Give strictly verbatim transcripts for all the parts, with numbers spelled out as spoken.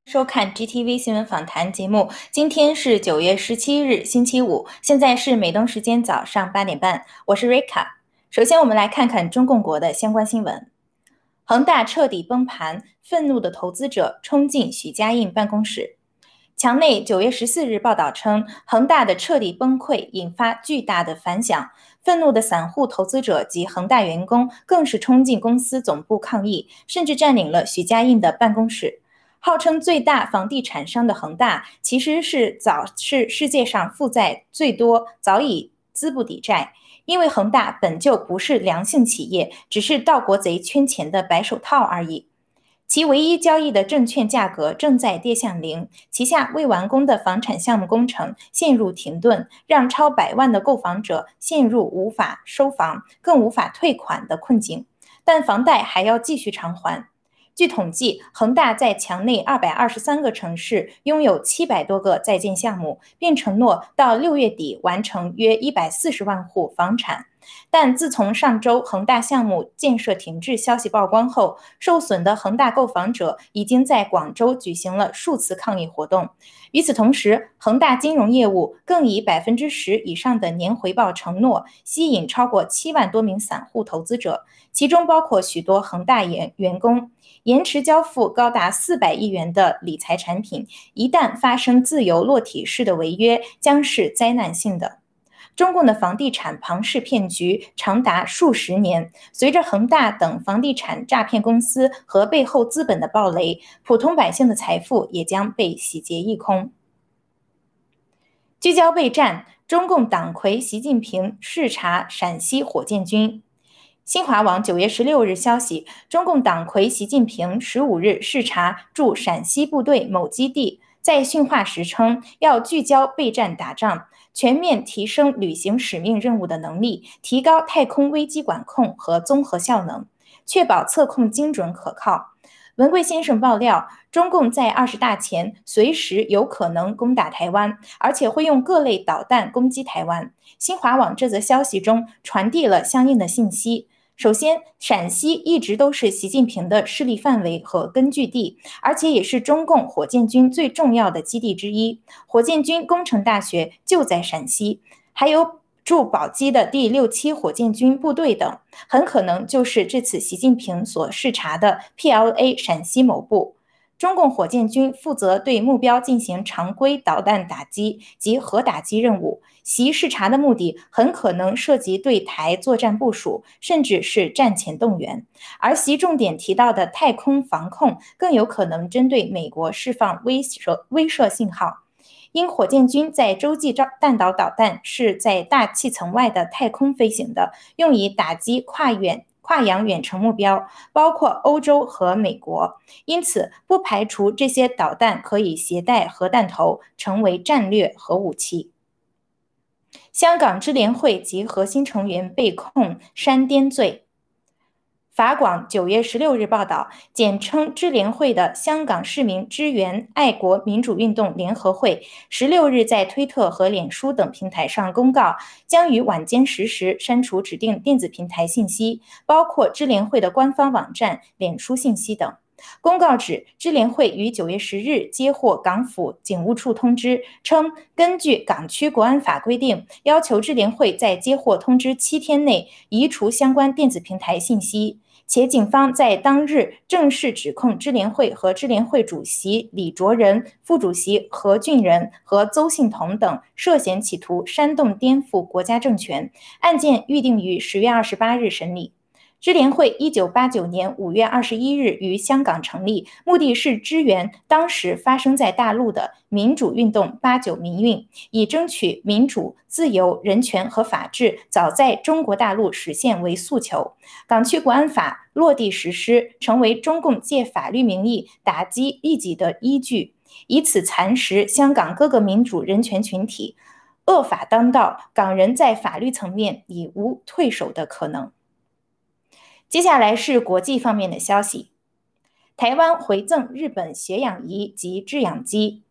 收看 G T V 新闻访谈节目，今天是九月十七日，星期五，现在是美东时间早上八点半，我是 Rika。首先，我们来看看中共国的相关新闻。恒大彻底崩盘，愤怒的投资者冲进许家印办公室。墙内九月十四日报道称，恒大的彻底崩溃引发巨大的反响，愤怒的散户投资者及恒大员工更是冲进公司总部抗议，甚至占领了许家印的办公室。号称最大房地产商的恒大，其实是早是世界上负债最多，早已资不抵债。因为恒大本就不是良性企业，只是盗国贼圈钱的白手套而已。其唯一交易的证券价格正在跌向零，旗下未完工的房产项目工程陷入停顿，让超百万的购房者陷入无法收房、更无法退款的困境。但房贷还要继续偿还。据统计，恒大在墙内二百二十三个城市拥有七百多个在建项目，并承诺到六月底完成约一百四十万户房产。但自从上周恒大项目建设停滞消息曝光后，受损的恒大购房者已经在广州举行了数次抗议活动。与此同时，恒大金融业务更以百分之十以上的年回报承诺，吸引超过七万多名散户投资者，其中包括许多恒大员员工。延迟交付高达四百亿元的理财产品，一旦发生自由落体式的违约，将是灾难性的。中共的房地产庞氏骗局长达数十年，随着恒大等房地产诈骗公司和背后资本的暴雷，普通百姓的财富也将被洗劫一空。聚焦备战，中共党魁习近平视察陕西火箭军。新华网九月十六日消息，中共党魁习近平十五日视察驻陕西部队某基地，在训话时称，要聚焦备战打仗，全面提升履行使命任务的能力，提高太空危机管控和综合效能，确保测控精准可靠。文贵先生爆料，中共在二十大前随时有可能攻打台湾，而且会用各类导弹攻击台湾。新华网这则消息中传递了相应的信息。首先，陕西一直都是习近平的势力范围和根据地，而且也是中共火箭军最重要的基地之一。火箭军工程大学就在陕西，还有驻宝鸡的第六期火箭军部队等，很可能就是这次习近平所视察的 P L A 陕西某部。中共火箭军负责对目标进行常规导弹打击及核打击任务，习视察的目的很可能涉及对台作战部署，甚至是战前动员。而习重点提到的太空防控，更有可能针对美国释放威慑威慑信号。因火箭军在洲际弹道导弹是在大气层外的太空飞行的，用以打击跨远跨洋远程目标，包括欧洲和美国，因此不排除这些导弹可以携带核弹头，成为战略核武器。香港支联会及核心成员被控煽颠罪。法广九月十六日报道，简称支联会的香港市民支援爱国民主运动联合会十六日在推特和脸书等平台上公告，将于晚间十时删除指定电子平台信息，包括支联会的官方网站、脸书信息等。公告指，支联会于九月十日接获港府警务处通知，称根据港区国安法规定，要求支联会在接获通知七天内移除相关电子平台信息。且警方在当日正式指控支联会和支联会主席李卓人、副主席何俊仁和邹信同等涉嫌企图煽动颠覆国家政权，案件预定于十月二十八日审理。支联会一九八九年五月二十一日于香港成立，目的是支援当时发生在大陆的民主运动八九民运，以争取民主、自由、人权和法治早在中国大陆实现为诉求。港区国安法落地实施，成为中共借法律名义打击异己的依据，以此蚕食香港各个民主人权群体。恶法当道，港人在法律层面已无退守的可能。接下来是国际方面的消息。台湾回赠日本血氧仪及制氧机。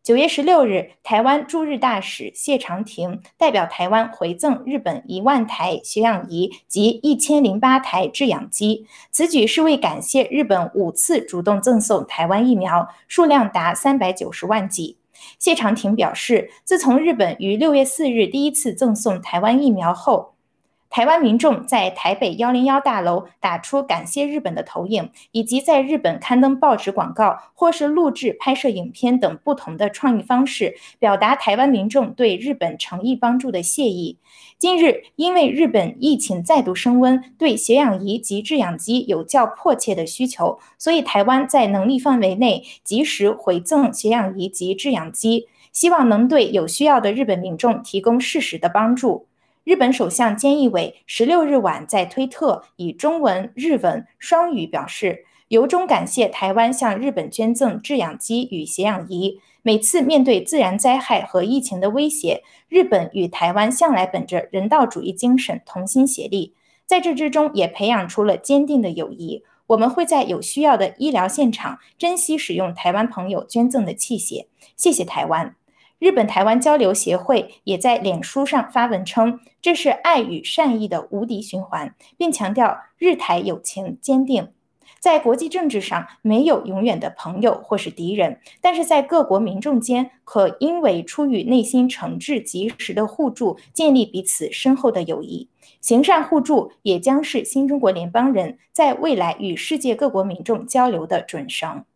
九月十六日，台湾驻日大使谢长廷代表台湾回赠日本一万台血氧仪及一千零八台制氧机。此举是为感谢日本五次主动赠送台湾疫苗，数量达三百九十万剂。谢长廷表示，自从日本于六月四日第一次赠送台湾疫苗后，台湾民众在台北一零一大楼打出感谢日本的投影，以及在日本刊登报纸广告或是录制拍摄影片等不同的创意方式，表达台湾民众对日本诚意帮助的谢意。近日，因为日本疫情再度升温，对血氧仪及制氧机有较迫切的需求，所以台湾在能力范围内及时回赠血氧仪及制氧机，希望能对有需要的日本民众提供适时的帮助。日本首相菅义伟十六日晚在推特以中文、日文双语表示，由衷感谢台湾向日本捐赠制氧机与血氧仪。每次面对自然灾害和疫情的威胁，日本与台湾向来本着人道主义精神同心协力，在这之中也培养出了坚定的友谊。我们会在有需要的医疗现场珍惜使用台湾朋友捐赠的器械。谢谢台湾。日本台湾交流协会也在脸书上发文称，这是爱与善意的无敌循环，并强调日台友情坚定。在国际政治上，没有永远的朋友或是敌人，但是在各国民众间，可因为出于内心诚挚及时的互助，建立彼此深厚的友谊。行善互助也将是新中国联邦人在未来与世界各国民众交流的准绳。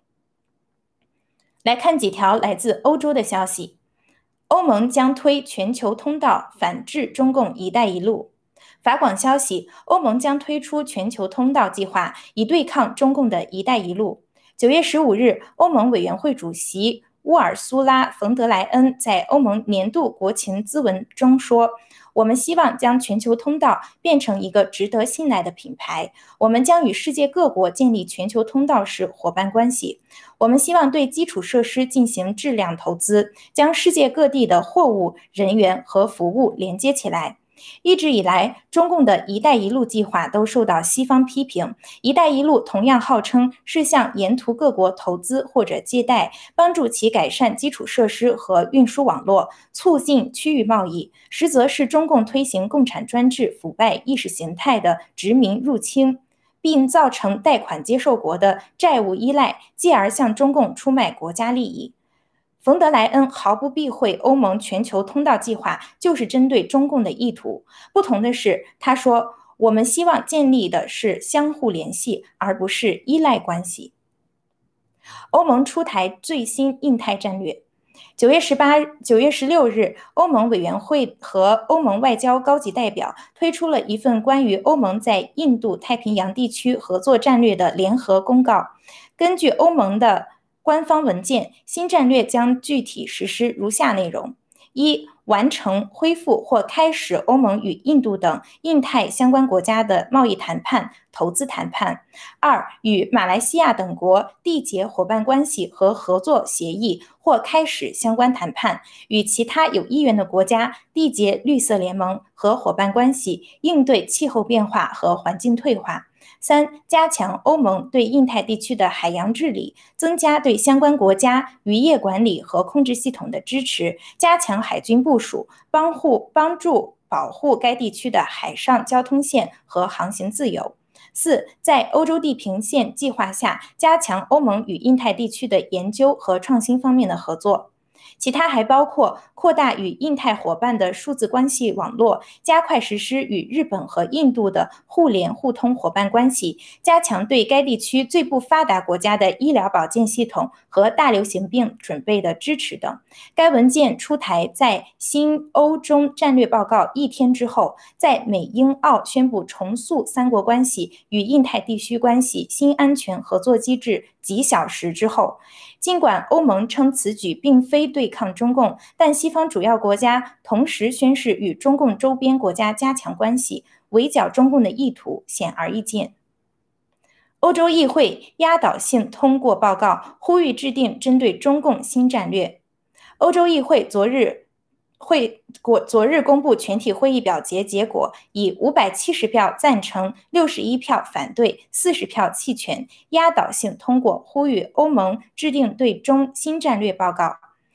来看几条来自欧洲的消息。欧盟将推全球通道反制中共一带一路。法广消息，欧盟将推出全球通道计划，以对抗中共的一带一路。九月十五日，欧盟委员会主席乌尔苏拉·冯德莱恩在欧盟年度国情咨文中说，我们希望将全球通道变成一个值得信赖的品牌，我们将与世界各国建立全球通道式伙伴关系。我们希望对基础设施进行质量投资，将世界各地的货物、人员和服务连接起来。一直以来，中共的一带一路计划都受到西方批评。一带一路同样号称是向沿途各国投资或者借贷，帮助其改善基础设施和运输网络，促进区域贸易，实则是中共推行共产专制、腐败意识形态的殖民入侵，并造成贷款接受国的债务依赖，继而向中共出卖国家利益。冯德莱恩毫不避讳欧盟全球通道计划就是针对中共的意图。不同的是，他说，我们希望建立的是相互联系，而不是依赖关系。欧盟出台最新印太战略。九月十八、九月十六日，欧盟委员会和欧盟外交高级代表推出了一份关于欧盟在印度太平洋地区合作战略的联合公告。根据欧盟的官方文件，新战略将具体实施如下内容：一、完成恢复或开始欧盟与印度等印太相关国家的贸易谈判、投资谈判；二、与马来西亚等国缔结伙伴关系和合作协议或开始相关谈判，与其他有意愿的国家缔结绿色联盟和伙伴关系，应对气候变化和环境退化。三、加强欧盟对印太地区的海洋治理，增加对相关国家渔业管理和控制系统的支持，加强海军部署，帮护帮助保护该地区的海上交通线和航行自由。四、在欧洲地平线计划下，加强欧盟与印太地区的研究和创新方面的合作。其他还包括扩大与印太伙伴的数字关系网络，加快实施与日本和印度的互联互通伙伴关系，加强对该地区最不发达国家的医疗保健系统和大流行病准备的支持等。该文件出台在新欧中战略报告一天之后，在美英澳宣布重塑三国关系与印太地区关系新安全合作机制几小时之后。尽管欧盟称此举并非对抗中共，但西方主要国家同时宣示与中共周边国家加强关系，围剿中共的意图显而易见。欧洲议会压倒性通过报告，呼吁制定针对中共新战略。欧洲议会昨日会国昨日公布全体会议表决结果，以五百七十票赞成、六十一票反对、四十票弃权，压倒性通过呼吁欧盟制定对中新战略报告。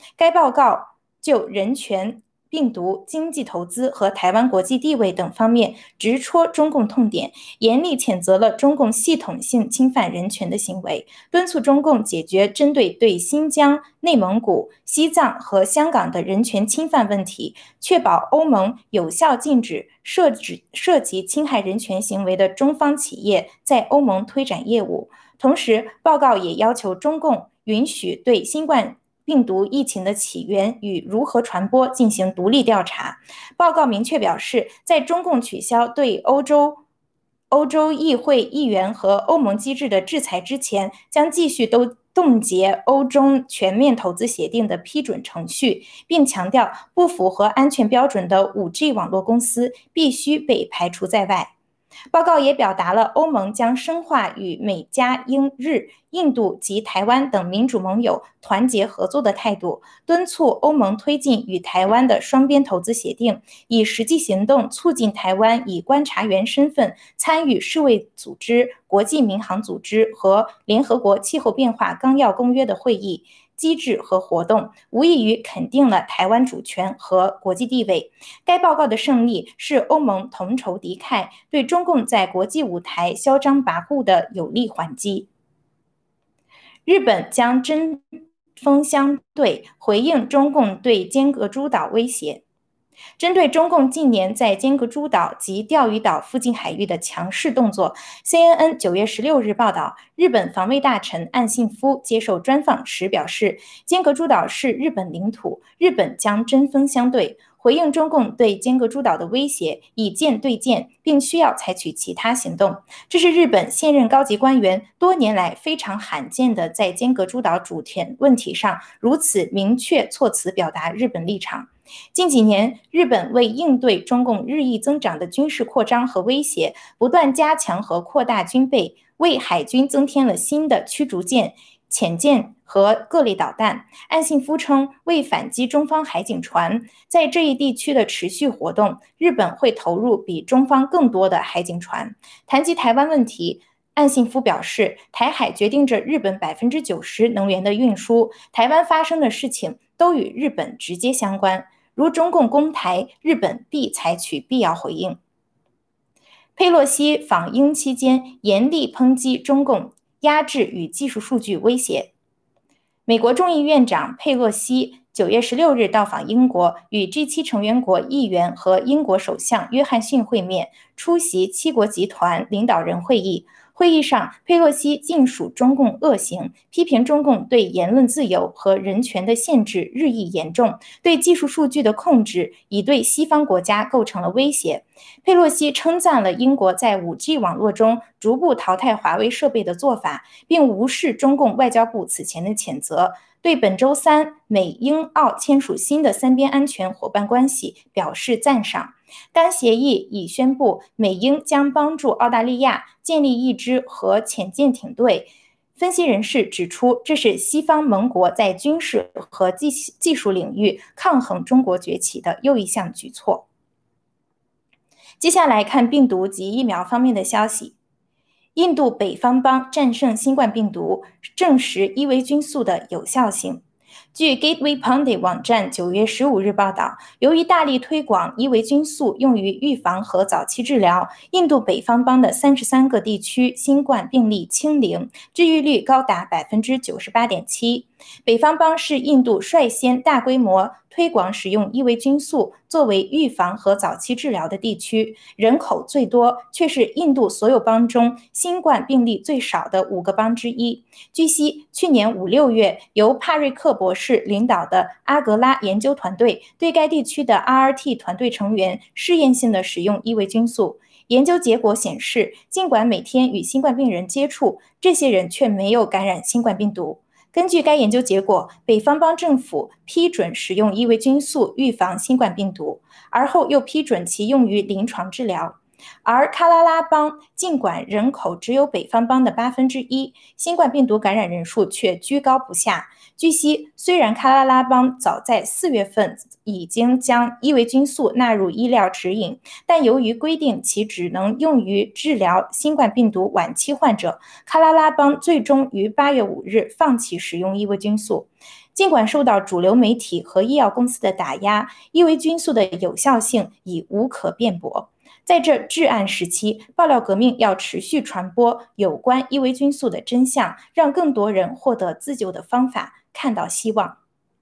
该报告就人权、病毒、经济投资和台湾国际地位等方面直戳中共痛点，严厉谴责了中共系统性侵犯人权的行为，敦促中共解决针对对新疆、内蒙古、西藏和香港的人权侵犯问题，确保欧盟有效禁止涉及涉及侵害人权行为的中方企业在欧盟推展业务。同时，报告也要求中共允许对新冠病毒疫情的起源与如何传播进行独立调查。报告明确表示，在中共取消对欧洲欧洲议会议员和欧盟机制的制裁之前，将继续都冻结欧中全面投资协定的批准程序，并强调不符合安全标准的 五 G 网络公司必须被排除在外。报告也表达了欧盟将深化与美加英日、印度及台湾等民主盟友团结合作的态度，敦促欧盟推进与台湾的双边投资协定，以实际行动促进台湾以观察员身份参与世卫组织、国际民航组织和联合国气候变化纲要公约的会议、机制和活动，无异于肯定了台湾主权和国际地位。该报告的胜利是欧盟同仇敌忾，对中共在国际舞台嚣张跋扈的有力还击。日本将针锋相对，回应中共对尖阁诸岛威胁。针对中共近年在尖阁诸岛及钓鱼岛附近海域的强势动作 ，C N N 九月十六日报道，日本防卫大臣岸信夫接受专访时表示，尖阁诸岛是日本领土，日本将针锋相对，回应中共对尖阁诸岛的威胁，以舰对舰，并需要采取其他行动。这是日本现任高级官员多年来非常罕见的在尖阁诸岛主权问题上如此明确措辞表达日本立场。近几年，日本为应对中共日益增长的军事扩张和威胁，不断加强和扩大军备，为海军增添了新的驱逐舰、潜舰和各类导弹。岸信夫称，为反击中方海警船在这一地区的持续活动，日本会投入比中方更多的海警船。谈及台湾问题，岸信夫表示，台海决定着日本 百分之九十 能源的运输，台湾发生的事情都与日本直接相关。如中共攻台，日本必采取必要回应。佩洛西访英期间严厉抨击中共压制与技术数据威胁。美国众议院长佩洛西九月十六日到访英国，与 G 七 成员国议员和英国首相约翰逊会面，出席七国集团领导人会议。会议上，佩洛西尽数中共恶行，批评中共对言论自由和人权的限制日益严重，对技术数据的控制已对西方国家构成了威胁。佩洛西称赞了英国在 五 G 网络中逐步淘汰华为设备的做法，并无视中共外交部此前的谴责，对本周三美英澳签署新的三边安全伙伴关系表示赞赏。该协议已宣布，美英将帮助澳大利亚建立一支核潜舰艇队。分析人士指出，这是西方盟国在军事和技技术领域抗衡中国崛起的又一项举措。接下来看病毒及疫苗方面的消息。印度北方邦战胜新冠病毒，证实伊维菌素的有效性。据 Gateway Pundit 网站九月十五日报道，由于大力推广伊维菌素用于预防和早期治疗，印度北方邦的三十三个地区新冠病例清零，治愈率高达 百分之九十八点七。北方邦是印度率先大规模推广使用伊维菌素作为预防和早期治疗的地区，人口最多，却是印度所有邦中新冠病例最少的五个邦之一。据悉，去年五六月，由帕瑞克博士领导的阿格拉研究团队对该地区的 R R T 团队成员试验性的使用伊维菌素。研究结果显示，尽管每天与新冠病人接触，这些人却没有感染新冠病毒。根据该研究结果，北方邦政府批准使用伊维菌素预防新冠病毒，而后又批准其用于临床治疗。而喀拉拉邦尽管人口只有北方邦的八分之一，新冠病毒感染人数却居高不下。据悉，虽然喀拉拉邦早在四月份已经将伊维菌素纳入医疗指引，但由于规定其只能用于治疗新冠病毒晚期患者，喀拉拉邦最终于八月五日放弃使用伊维菌素。 尽管受到主流媒体和医药公司的打压，伊维菌素的有效性已无可辩驳。在这至暗时期，爆料革命要持续传播有关伊维菌素的真相，让更多人获得自救的方法，看到希望。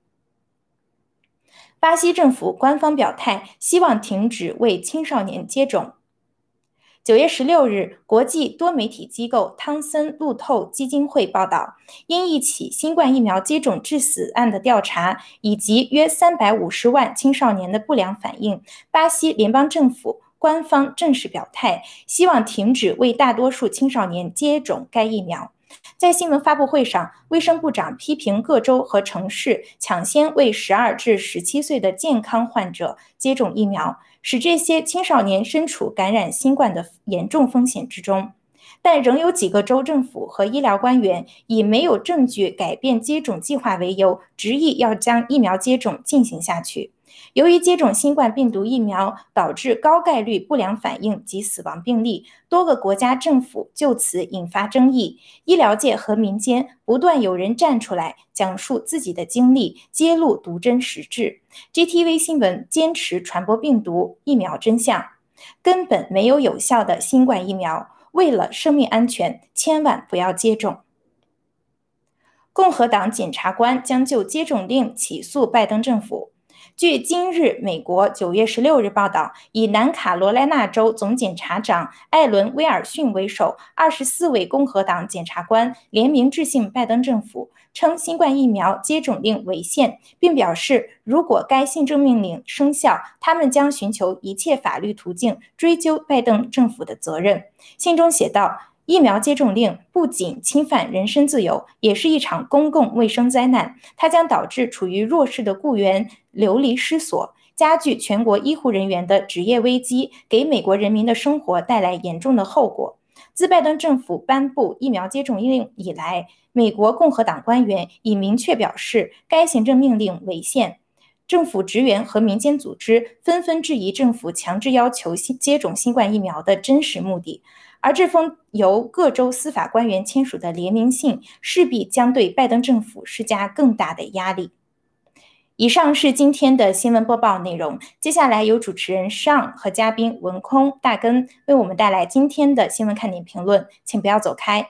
巴西政府官方表态，希望停止为青少年接种。九月十六日，国际多媒体机构汤森路透基金会报道，因一起新冠疫苗接种致死案的调查，以及约三百五十万青少年的不良反应，巴西联邦政府官方正式表态，希望停止为大多数青少年接种该疫苗。在新闻发布会上，卫生部长批评各州和城市抢先为十二至十七岁的健康患者接种疫苗，使这些青少年身处感染新冠的严重风险之中。但仍有几个州政府和医疗官员以没有证据改变接种计划为由，执意要将疫苗接种进行下去。由于接种新冠病毒疫苗导致高概率不良反应及死亡病例，多个国家政府就此引发争议。医疗界和民间不断有人站出来讲述自己的经历，揭露毒真实质。G T V 新闻坚持传播病毒疫苗真相，根本没有有效的新冠疫苗，为了生命安全，千万不要接种。共和党检察官将就接种令起诉拜登政府。据今日美国九月十六日报道，以南卡罗来纳州总检察长艾伦·威尔逊为首，二十四位共和党检察官联名致信拜登政府，称新冠疫苗接种令违宪，并表示如果该行政命令生效，他们将寻求一切法律途径追究拜登政府的责任。信中写道，疫苗接种令不仅侵犯人身自由，也是一场公共卫生灾难。它将导致处于弱势的雇员流离失所，加剧全国医护人员的职业危机，给美国人民的生活带来严重的后果。自拜登政府颁布疫苗接种令以来，美国共和党官员已明确表示该行政命令违宪。政府职员和民间组织纷纷质疑政府强制要求接种新冠疫苗的真实目的。而这封由各州司法官员签署的联名信，势必将对拜登政府施加更大的压力。以上是今天的新闻播报内容，接下来由主持人尚和嘉宾文空、大根为我们带来今天的新闻看点评论，请不要走开。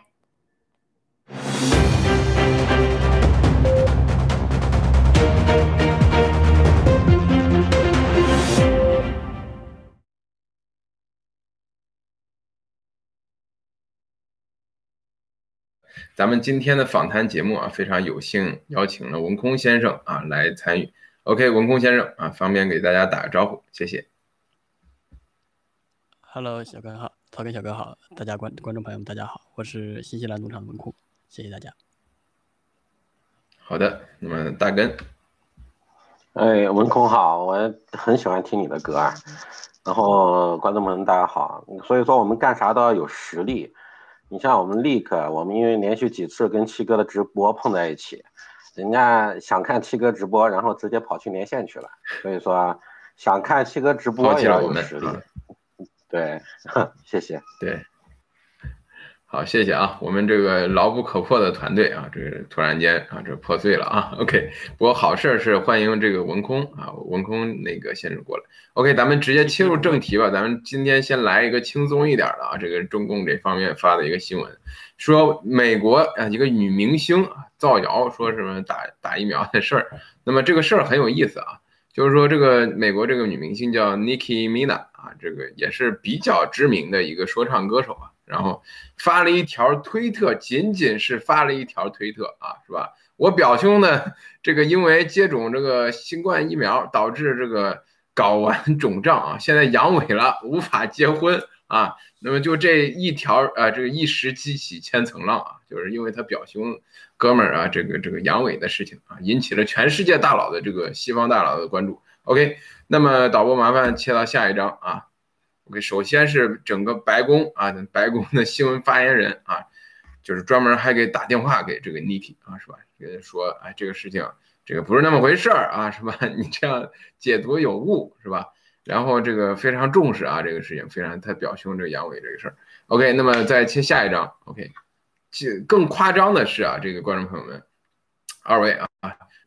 咱们今天的访谈节目啊，非常有幸邀请了文空先生啊来参与。OK， 文空先生啊，方便给大家打个招呼，谢谢。 Hello， 小哥好，曹根小哥好，大家观观众朋友们大家好，我是新西兰农场文空，谢谢大家。 好的，那么大根。 哎，文空好，我很喜欢听你的歌啊。然后观众朋友们大家好，所以说我们干啥都要有实力。你像我们立刻，我们因为连续几次跟七哥的直播碰在一起，人家想看七哥直播，然后直接跑去连线去了。所以说，想看七哥直播也要有实力。对，谢谢。 对，好，谢谢啊，我们这个牢不可破的团队啊，这个突然间啊，这破碎了啊。OK， 不过好事是欢迎这个文空啊，文空那个先生过来。OK， 咱们直接切入正题吧。咱们今天先来一个轻松一点的啊，这个中共这方面发的一个新闻，说美国啊一个女明星啊造谣说什么打打疫苗的事儿。那么这个事儿很有意思啊，就是说这个美国这个女明星叫 Nicki Minaj 啊，这个也是比较知名的一个说唱歌手啊。然后发了一条推特，仅仅是发了一条推特啊，是吧？我表兄呢，这个因为接种这个新冠疫苗导致这个睾丸肿胀啊，现在阳痿了，无法结婚啊。那么就这一条啊，这个一时激起千层浪啊，就是因为他表兄哥们儿啊，这个这个阳痿的事情啊，引起了全世界大佬的这个西方大佬的关注。OK， 那么导播麻烦切到下一章啊。OK， 首先是整个白宫啊，白宫的新闻发言人啊，就是专门还给打电话给这个 Nicki 啊，是吧？给他说，哎，这个事情这个不是那么回事儿啊，是吧？你这样解读有误，是吧？然后这个非常重视啊，这个事情非常他表兄这个阳痿这个事儿。OK， 那么再切下一章。OK， 更夸张的是啊，这个观众朋友们，二位啊，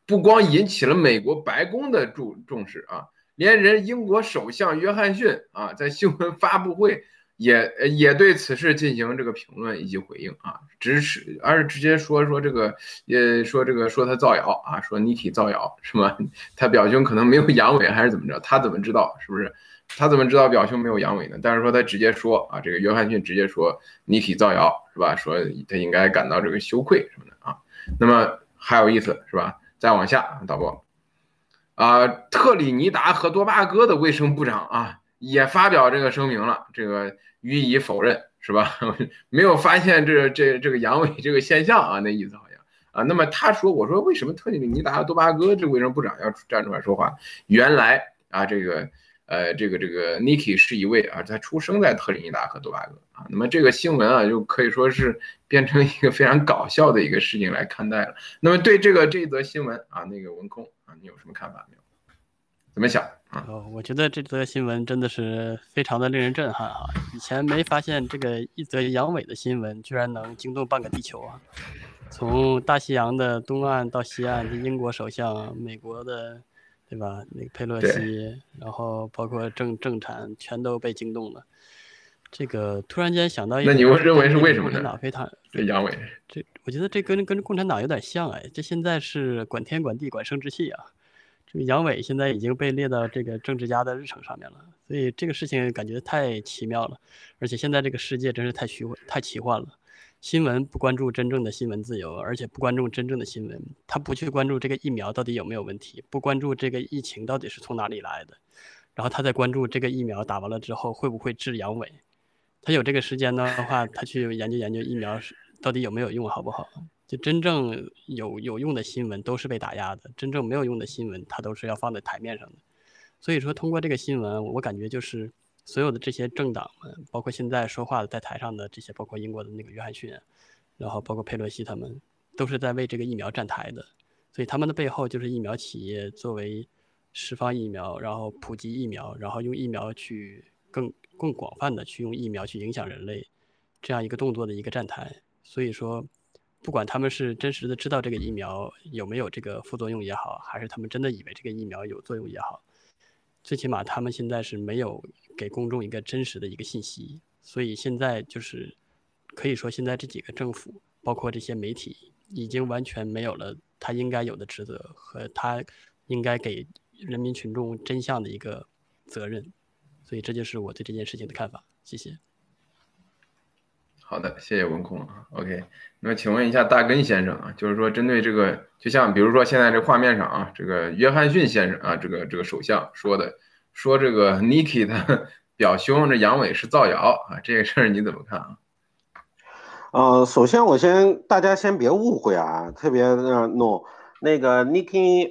不光引起了美国白宫的重重视啊，连人英国首相约翰逊啊在新闻发布会也也对此事进行这个评论以及回应啊，支持，而是直接说说这个，也说这个说他造谣啊，说 Niki 造谣是吗？他表兄可能没有阳痿还是怎么着？他怎么知道？是不是？他怎么知道表兄没有阳痿呢？但是说他直接说啊，这个约翰逊直接说 Niki 造谣是吧？说他应该感到这个羞愧什么的啊。那么还有意思是吧？再往下，导播啊，特里尼达和多巴哥的卫生部长啊也发表这个声明了，这个予以否认是吧？没有发现这这这个阳痿这个现象啊，那意思好像啊。那么他说，我说为什么特里尼达和多巴哥这卫生部长要站出来说话？原来啊，这个呃这个这个 Niki 是一位啊，他出生在特里尼达和多巴哥啊。那么这个新闻啊，就可以说是变成一个非常搞笑的一个事情来看待了。那么对这个这一则新闻啊，那个文控啊，你有什么看法没有？怎么想啊？ 哦，我觉得这则新闻真的是非常的令人震撼哈！以前没发现这个一则阳痿的新闻居然能惊动半个地球啊！从大西洋的东岸到西岸，这英国首相、美国的，对吧？那个佩洛西，然后包括政政产，全都被惊动了。这个突然间想到一个， 那你认为是为什么呢？ 共产党非常这阳痿， 这我觉得这跟跟共产党有点像哎，这现在是管天管地管生殖器啊。这个阳痿现在已经被列到这个政治家的日程上面了，所以这个事情感觉太奇妙了，而且现在这个世界真是太虚太奇幻了。新闻不关注真正的新闻自由，而且不关注真正的新闻，他不去关注这个疫苗到底有没有问题，不关注这个疫情到底是从哪里来的，然后他再关注这个疫苗打完了之后会不会治阳痿。他有这个时间的话，他去研究研究疫苗到底有没有用，好不好？就真正有有用的新闻都是被打压的，真正没有用的新闻它都是要放在台面上的。所以说通过这个新闻，我感觉就是所有的这些政党们，包括现在说话的在台上的这些，包括英国的那个约翰逊，然后包括佩洛西他们，都是在为这个疫苗站台的。所以他们的背后就是疫苗企业作为释放疫苗，然后普及疫苗，然后用疫苗去更更广泛的去用疫苗去影响人类这样一个动作的一个站台。所以说不管他们是真实的知道这个疫苗有没有这个副作用也好，还是他们真的以为这个疫苗有作用也好，最起码他们现在是没有给公众一个真实的一个信息。所以现在就是可以说现在这几个政府包括这些媒体已经完全没有了他应该有的职责和他应该给人民群众真相的一个责任。所以这就是我对这件事情的看法，谢谢。 好的，谢谢文控啊。OK， 那么请问一下大根先生啊，就是说针对这个，就像比如说现在这画面上啊，这个约翰逊先生啊，这个这个首相说的，说这个 Niki 的表兄这阳痿是造谣啊，这个事儿你怎么看啊？ 呃，首先我先大家先别误会啊，特别呃 no 那个 Nicki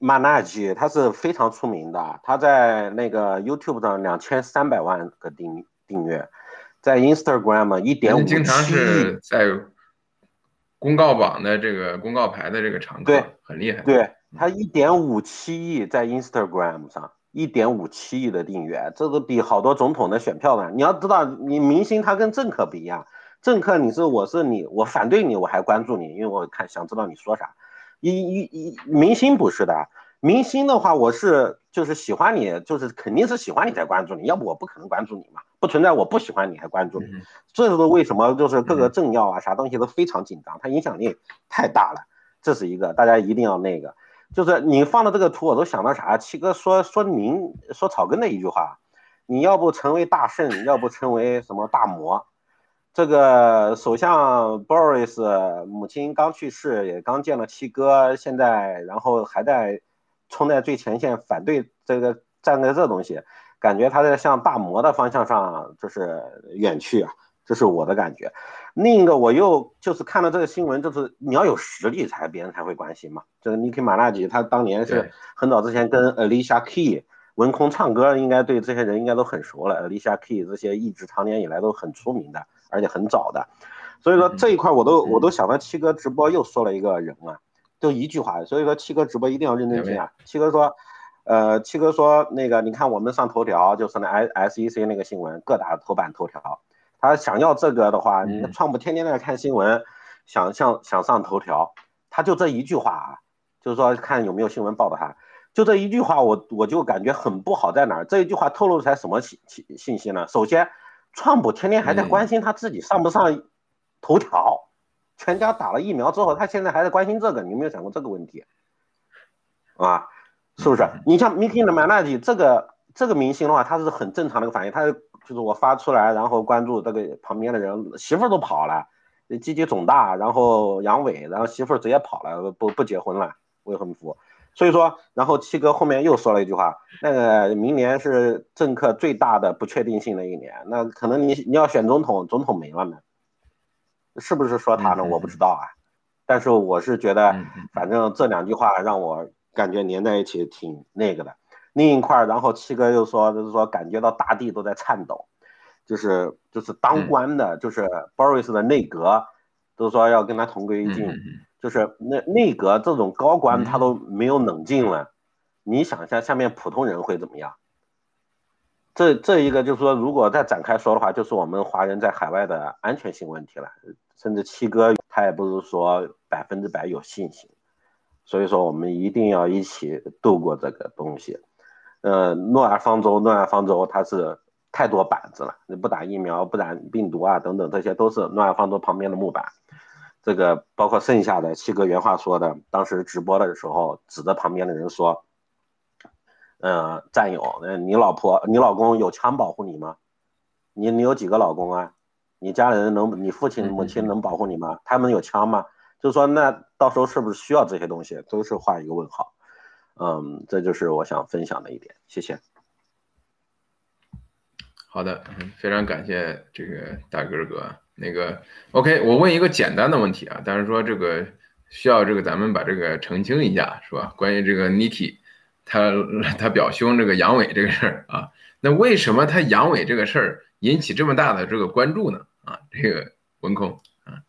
Minaj 他是非常出名的，他在那个 YouTube 上两千三百万个订订阅。在 Instagram 一点五七亿， 经常是在公告榜的这个公告牌的这个常客， 对， 很厉害。 对，他一点五七亿在 Instagram 上，一点五七亿的订阅，这个比好多总统的选票呢。你要知道，你明星他跟政客不一样，政客你是我是你，我反对你我还关注你，因为我看想知道你说啥。一一一明星不是的。明星的话，我是就是喜欢你，就是肯定是喜欢你才关注你，要不我不可能关注你嘛，不存在我不喜欢你还关注你。这是为什么？就是各个政要啊，啥东西都非常紧张，他影响力太大了，这是一个，大家一定要那个。就是你放的这个图，我都想到啥？七哥说说您说草根的一句话，你要不成为大圣，要不成为什么大魔。这个首相 Boris 母亲刚去世，也刚见了七哥，现在然后还在冲在最前线反对这个站在这东西，感觉他在向大魔的方向上就是远去啊，这是我的感觉。另一个我又就是看到这个新闻，就是你要有实力才别人才会关心嘛。这个 Nicki Minaj 他当年是很早之前跟 Alicia Keys 文空唱歌，应该对这些人应该都很熟了。Alicia Keys 这些一直长年以来都很出名的，而且很早的。所以说这一块我都我都想到七哥直播又说了一个人啊。就一句话，所以说七哥直播一定要认真听啊。七哥说，呃，七哥说那个，你看我们上头条，就是那 S E C 那个新闻，各大头版头条。他想要这个的话，你创普天天在看新闻，想想想上头条，他就这一句话啊， 就是说看有没有新闻报道他。就这一句话我，我我就感觉很不好在哪儿？这一句话透露出来什么信信息呢？首先，川普天天还在关心他自己上不上头条，全家打了疫苗之后，他现在还在关心这个，你有没有想过这个问题？啊，是不是？你像 Nicki Minaj 这个这个明星的话，他是很正常的一个反应，他就是我发出来，然后关注这个旁边的人，媳妇儿都跑了，鸡鸡肿大，然后阳痿，然后媳妇儿直接跑了，不不结婚了，未婚夫。所以说，然后七哥后面又说了一句话，那个明年是政客最大的不确定性的一年，那可能你你要选总统，总统没了呢，是不是说他呢？我不知道啊，但是我是觉得，反正这两句话让我感觉连在一起挺那个的。另一块，然后七哥又说，就是说感觉到大地都在颤抖，就是就是当官的，就是 Boris 的内阁都说要跟他同归于尽。就是那内阁这种高官他都没有冷静了，你想一下下面普通人会怎么样？这这一个就是说，如果再展开说的话，就是我们华人在海外的安全性问题了。甚至七哥他也不是说百分之百有信心，所以说我们一定要一起度过这个东西。呃，诺亚方舟，诺亚方舟它是太多板子了，你不打疫苗、不打病毒啊等等，这些都是诺亚方舟旁边的木板。这个包括剩下的七哥原话说的，当时直播的时候指着旁边的人说，呃，战友，你老婆你老公有枪保护你吗？你你有几个老公啊？你家人能，你父亲母亲能保护你吗？他们有枪吗？就是说那到时候是不是需要这些东西，都是画一个问号。嗯，这就是我想分享的一点，谢谢。 好的，非常感谢这个大哥哥。那个 OK， 我问一个简单的问题啊，但是说这个需要这个咱们把这个澄清一下，是吧？关于这个 Nicki 他他表兄这个阳痿这个事儿啊，那为什么他阳痿这个事儿引起这么大的这个关注呢？啊，这个文空啊，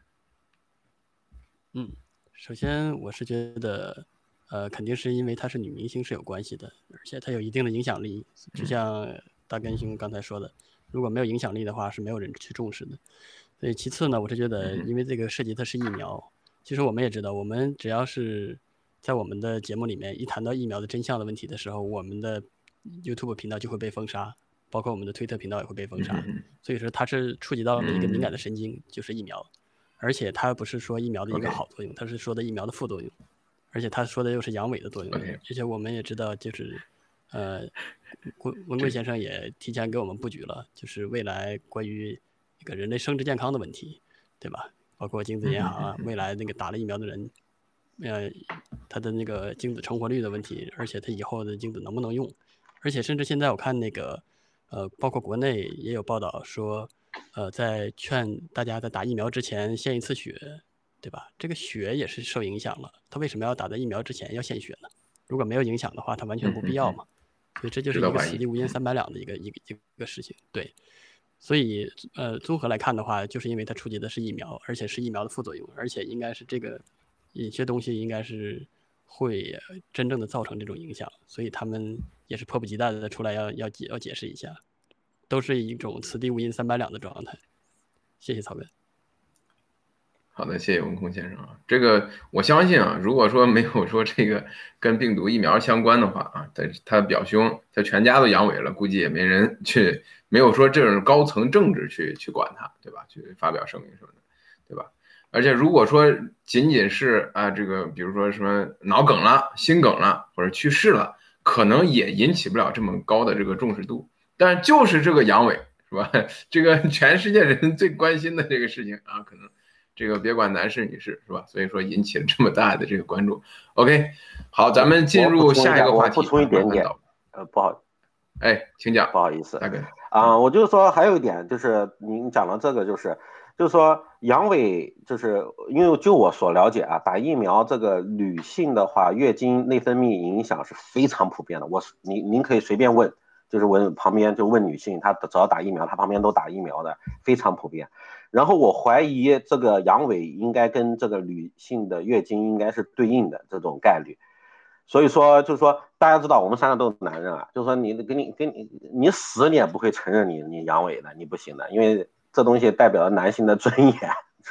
嗯，首先我是觉得，呃，肯定是因为她是女明星是有关系的，而且她有一定的影响力，就像大根兄刚才说的。如果没有影响力的话，是没有人去重视的。所以其次呢，我是觉得，因为这个涉及的是疫苗，其实我们也知道，我们只要是在我们的节目里面一谈到疫苗的真相的问题的时候，我们的 YouTube 频道就会被封杀，包括我们的推特频道也会被封杀。所以说它是触及到了一个敏感的神经，就是疫苗，而且它不是说疫苗的一个好作用，它是说的疫苗的副作用，而且它说的又是阳痿的作用，而且我们也知道就是。呃，文贵先生也提前给我们布局了，就是未来关于一个人类生殖健康的问题，对吧？包括精子银行啊，未来那个打了疫苗的人，呃，他的那个精子成活率的问题，而且他以后的精子能不能用，而且甚至现在我看那个，呃，包括国内也有报道说，呃，在劝大家在打疫苗之前献一次血，对吧？这个血也是受影响了，他为什么要打在疫苗之前要献血呢？如果没有影响的话，他完全不必要嘛。所以这就是一个此地无银三百两的一个一个一个事情，对。所以呃，综合来看的话，就是因为它触及的是疫苗，而且是疫苗的副作用，而且应该是这个一些东西应该是会真正的造成这种影响，所以他们也是迫不及待的出来要要解要解释一下，都是一种此地无银三百两的状态。谢谢草根。 好的，谢谢文空先生啊。这个我相信啊，如果说没有说这个跟病毒疫苗相关的话啊，他他表兄他全家都阳痿了，估计也没人去，没有说这种高层政治去去管他，对吧？去发表声明什么的，对吧？而且如果说仅仅是啊这个，比如说什么脑梗了、心梗了或者去世了，可能也引起不了这么高的这个重视度。但就是这个阳痿是吧？这个全世界人最关心的这个事情啊，可能。这个别管男士女士是吧？所以说引起了这么大的这个关注。OK， 好，咱们进入下一个话题。 我补充一点点，呃，不好， 哎，请讲， 不好意思， 大哥啊，我就是说还有一点就是您讲到这个，就是就是说阳痿，就是因为就我所了解啊，打疫苗这个女性的话，月经内分泌影响是非常普遍的。我您您可以随便问。就是问旁边就问女性，她只要打疫苗，她旁边都打疫苗的，非常普遍。然后我怀疑这个阳痿应该跟这个女性的月经应该是对应的这种概率。所以说，就是说大家知道我们三个都是男人啊，就是说你给你给你你死你也不会承认你你阳痿的，你不行的，因为这东西代表了男性的尊严，是吧？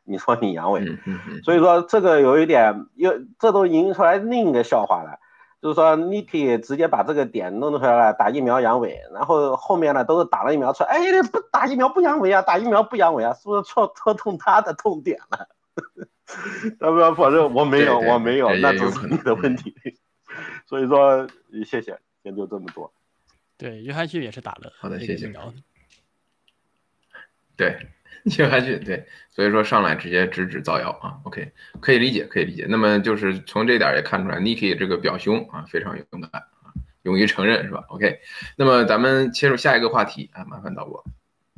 你说你阳痿， 嗯嗯嗯， 所以说这个有一点，又这都引出来另一个笑话了，就是说 Niki 直接把这个点弄出来了，打疫苗阳痿，然后后面呢都是打了疫苗出来，哎，不打疫苗不阳痿啊，打疫苗不阳痿啊，是不是戳戳痛他的痛点了？他们否认我没有， 对对对我没有， 也那有可能只是你的问题。所以说，谢谢，先就这么多。 对，约翰逊也是打了好的， 这谢谢。 个疫苗。 对，约翰逊对，所以说上来直接直指造谣啊。OK， 可以理解，可以理解。那么就是从这点也看出来 ，Niki 这个表兄啊非常勇敢啊，勇于承认是吧 ？OK， 那么咱们切入下一个话题啊，麻烦导播。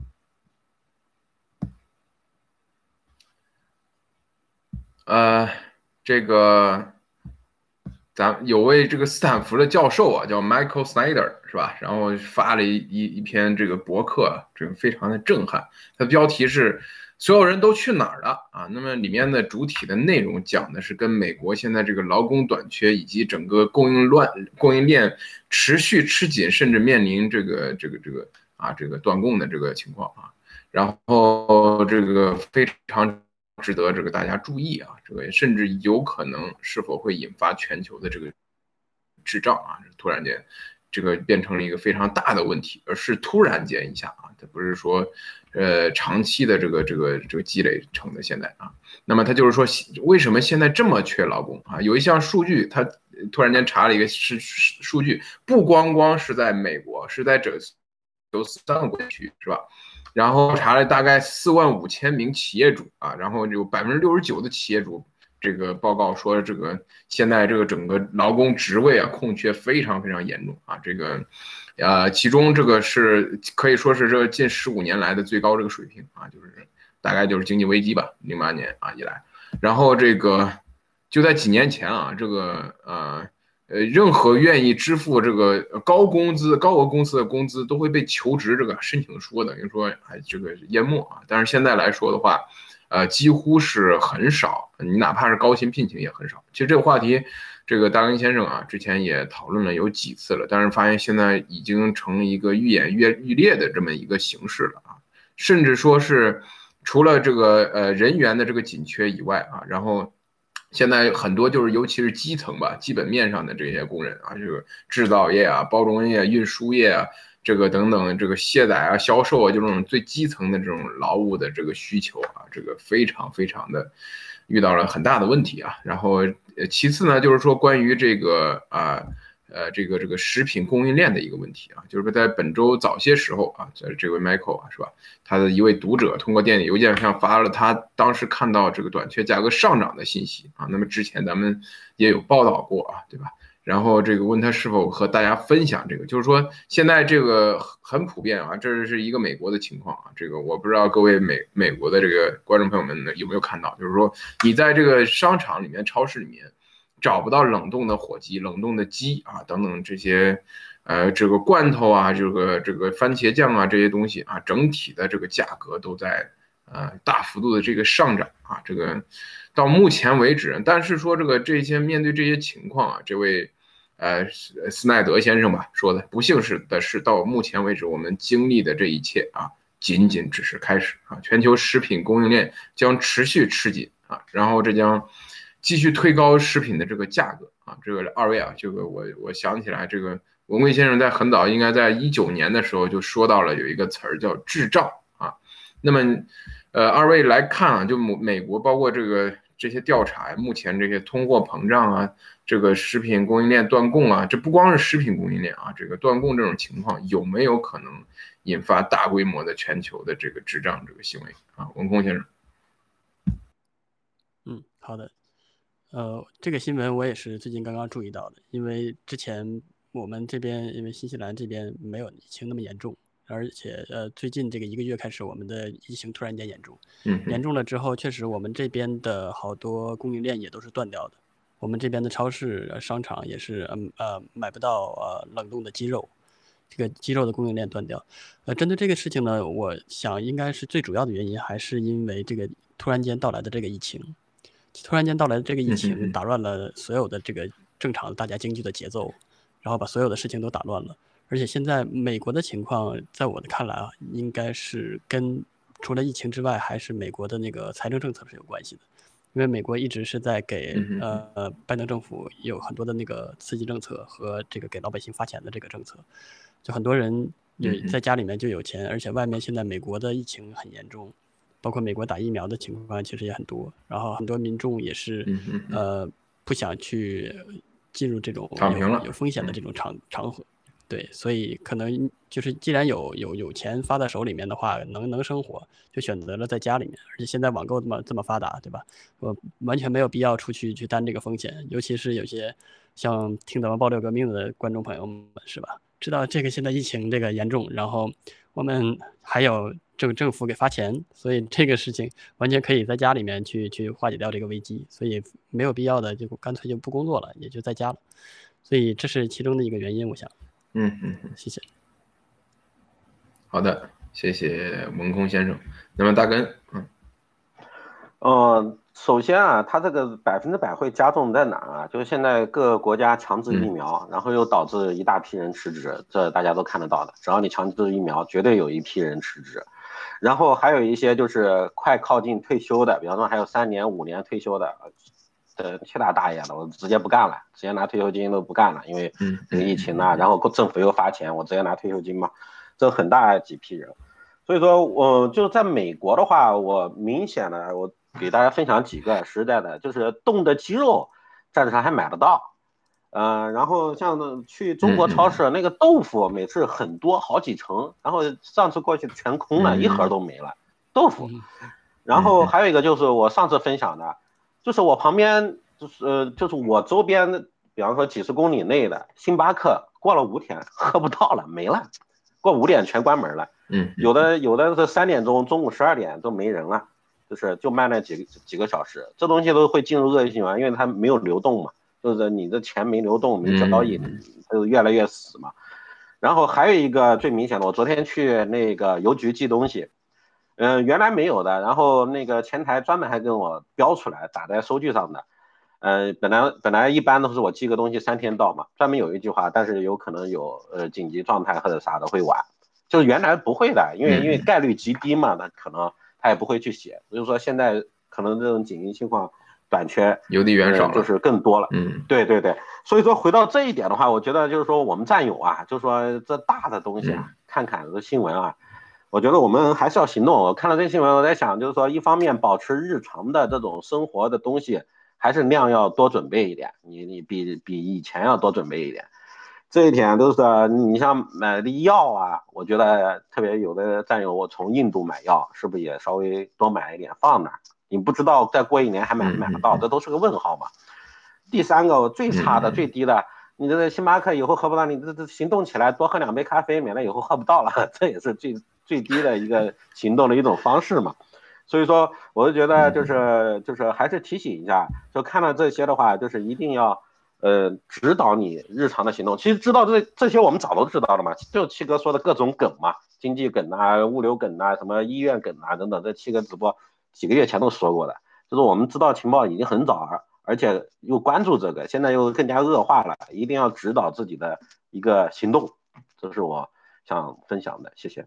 呃，这个咱有位这个斯坦福的教授啊，叫 Michael Snyder 是吧？然后发了一一一篇这个博客，这个非常的震撼。它的标题是“所有人都去哪儿了”啊。那么里面的主体的内容讲的是跟美国现在这个劳工短缺以及整个供应乱供应链持续吃紧，甚至面临这个这个这个啊这个断供的这个情况啊。然后这个非常值得这个大家注意啊，这个甚至有可能是否会引发全球的这个滞胀啊，突然间这个变成了一个非常大的问题，而是突然间一下啊，它不是说呃长期的这个这个这个积累成的现在啊。那么它就是说为什么现在这么缺劳工啊？有一项数据，它突然间查了一个是数据，不光光是在美国，是在这有三个国区是吧？然后查了大概四万五千名企业主啊，然后有百分之六十九的企业主这个报告说，这个现在这个整个劳工职位啊空缺非常非常严重啊，这个呃其中这个是可以说是这近十五年来的最高这个水平啊，就是大概就是经济危机吧，零八年啊以来，然后这个就在几年前啊，这个呃。呃，任何愿意支付这个高工资、高额公司的工资，都会被求职这个申请书等于说哎这个淹没啊。但是现在来说的话，呃，几乎是很少，你哪怕是高薪聘请也很少。其实这个话题，这个大根先生啊，之前也讨论了有几次了，但是发现现在已经成一个愈演愈愈烈的这么一个形式了啊，甚至说是除了这个呃人员的这个紧缺以外啊，然后。现在很多就是，尤其是基层吧，基本面上的这些工人啊，这个制造业啊、包装业、运输业啊，这个等等，这个卸载啊、销售啊，就这种最基层的这种劳务的这个需求啊，这个非常非常的遇到了很大的问题啊。然后，呃，其次呢，就是说关于这个啊。呃，这个这个食品供应链的一个问题啊，就是说在本周早些时候啊，在这位 Michael 啊，是吧？他的一位读者通过电子邮件上发了他当时看到这个短缺价格上涨的信息啊。那么之前咱们也有报道过啊，对吧？然后这个问他是否和大家分享这个，就是说现在这个很普遍啊，这是一个美国的情况啊。这个我不知道各位美美国的这个观众朋友们有没有看到，就是说你在这个商场里面、超市里面。找不到冷冻的火鸡、冷冻的鸡啊等等这些，呃，这个罐头啊，这个这个番茄酱啊这些东西啊，整体的这个价格都在呃大幅度的这个上涨啊。这个到目前为止，但是说这个这些面对这些情况啊，这位呃斯奈德先生吧说的，不幸是的是到目前为止我们经历的这一切啊，仅仅只是开始啊，全球食品供应链将持续吃紧啊，然后这将。继续推高食品的这个价格啊，这个二位啊，这个我我想起来，这个文贵先生在很早，应该在一九年的时候就说到了有一个词儿叫滞胀啊。那么，呃，二位来看啊，就美国包括这个这些调查，目前这些通货膨胀啊，这个食品供应链断供啊，这不光是食品供应链啊，这个断供这种情况有没有可能引发大规模的全球的这个滞胀这个行为啊？文空先生。 嗯，好的。呃，这个新闻我也是最近刚刚注意到的，因为之前我们这边因为新西兰这边没有疫情那么严重，而且呃最近这个一个月开始，我们的疫情突然间严重， 嗯， 严重了之后，确实我们这边的好多供应链也都是断掉的，我们这边的超市、商场也是嗯呃买不到呃冷冻的鸡肉，这个鸡肉的供应链断掉。呃，针对这个事情呢，我想应该是最主要的原因还是因为这个突然间到来的这个疫情。突然间到来的这个疫情打乱了所有的这个正常大家经济的节奏，然后把所有的事情都打乱了。而且现在美国的情况，在我的看来啊，应该是跟除了疫情之外，还是美国的那个财政政策是有关系的。因为美国一直是在给呃拜登政府有很多的那个刺激政策和这个给老百姓发钱的这个政策，就很多人有在家里面就有钱，而且外面现在美国的疫情很严重，包括美国打疫苗的情况其实也很多，然后很多民众也是呃不想去进入这种有有风险的这种场场合，对，所以可能就是既然有有有钱发在手里面的话，能能生活，就选择了在家里面。而且现在网购这么这么发达，对吧？我完全没有必要出去去担这个风险，尤其是有些像听咱们爆料革命的观众朋友们，是吧？知道这个现在疫情这个严重，然后我们还有政政府给发钱，所以这个事情完全可以在家里面去去化解掉这个危机，所以没有必要的就干脆就不工作了，也就在家了。所以这是其中的一个原因，我想。 嗯嗯， 谢谢。 好的，谢谢文空先生。那么大根，嗯， 呃，首先啊，它这个百分之百会加重在哪儿啊？就是现在各个国家强制疫苗，嗯、然后又导致一大批人辞职，这大家都看得到的。只要你强制疫苗，绝对有一批人辞职。然后还有一些就是快靠近退休的，比方说还有三年、五年退休的。呃，去大大爷了，我直接不干了，直接拿退休金都不干了，因为这个疫情啊，然后政府又发钱，我直接拿退休金嘛，这很大几批人。所以说，我就在美国的话，我明显的，我给大家分享几个实在的，就是冻的鸡肉，暂时还买得到，呃，然后像去中国超市那个豆腐，每次很多好几成，然后上次过去全空了，一盒都没了豆腐。然后还有一个就是我上次分享的。就是我旁边，就是呃，就是我周边的，比方说几十公里内的星巴克，过了五天喝不到了，没了，过五点全关门了。 嗯， 有的有的是三点钟，中午十二点都没人了，就是就卖那几个几个小时，这东西都会进入恶性循环，因为它没有流动嘛，就是你的钱没流动，没交易，它就越来越死嘛。然后还有一个最明显的，我昨天去那个邮局寄东西。嗯、呃，原来没有的，然后那个前台专门还跟我标出来，打在收据上的。呃，本来本来一般都是我寄个东西三天到嘛，专门有一句话，但是有可能有呃紧急状态或者啥的会晚，就是原来不会的，因为因为概率极低嘛，那可能他也不会去写，所以说现在可能这种紧急情况短缺， 邮递员少了、 呃，就是更多了。 嗯， 对对对，所以说回到这一点的话，我觉得就是说我们战友啊，就是说这大的东西啊，嗯、看看这新闻啊。我觉得我们还是要行动。我看到这新闻，我在想，就是说，一方面保持日常的这种生活的东西，还是量要多准备一点。你你比比以前要多准备一点。这一点都是你像买的药啊，我觉得特别有的战友，我从印度买药，是不是也稍微多买一点放那儿？你不知道再过一年还买没买得到，这都是个问号嘛。第三个最差的、最低的。你这个星巴克以后喝不到，你这这行动起来多喝两杯咖啡，免得以后喝不到了，这也是最最低的一个行动的一种方式嘛。所以说，我就觉得就是就是还是提醒一下，就看到这些的话，就是一定要呃指导你日常的行动。其实知道这这些我们早都知道了嘛，就七哥说的各种梗嘛，经济梗啊、物流梗啊、什么医院梗啊等等，这七个直播几个月前都说过的，就是我们知道情报已经很早了。而且又关注这个，现在又更加恶化了，一定要指导自己的一个行动，这是我想分享的，谢谢。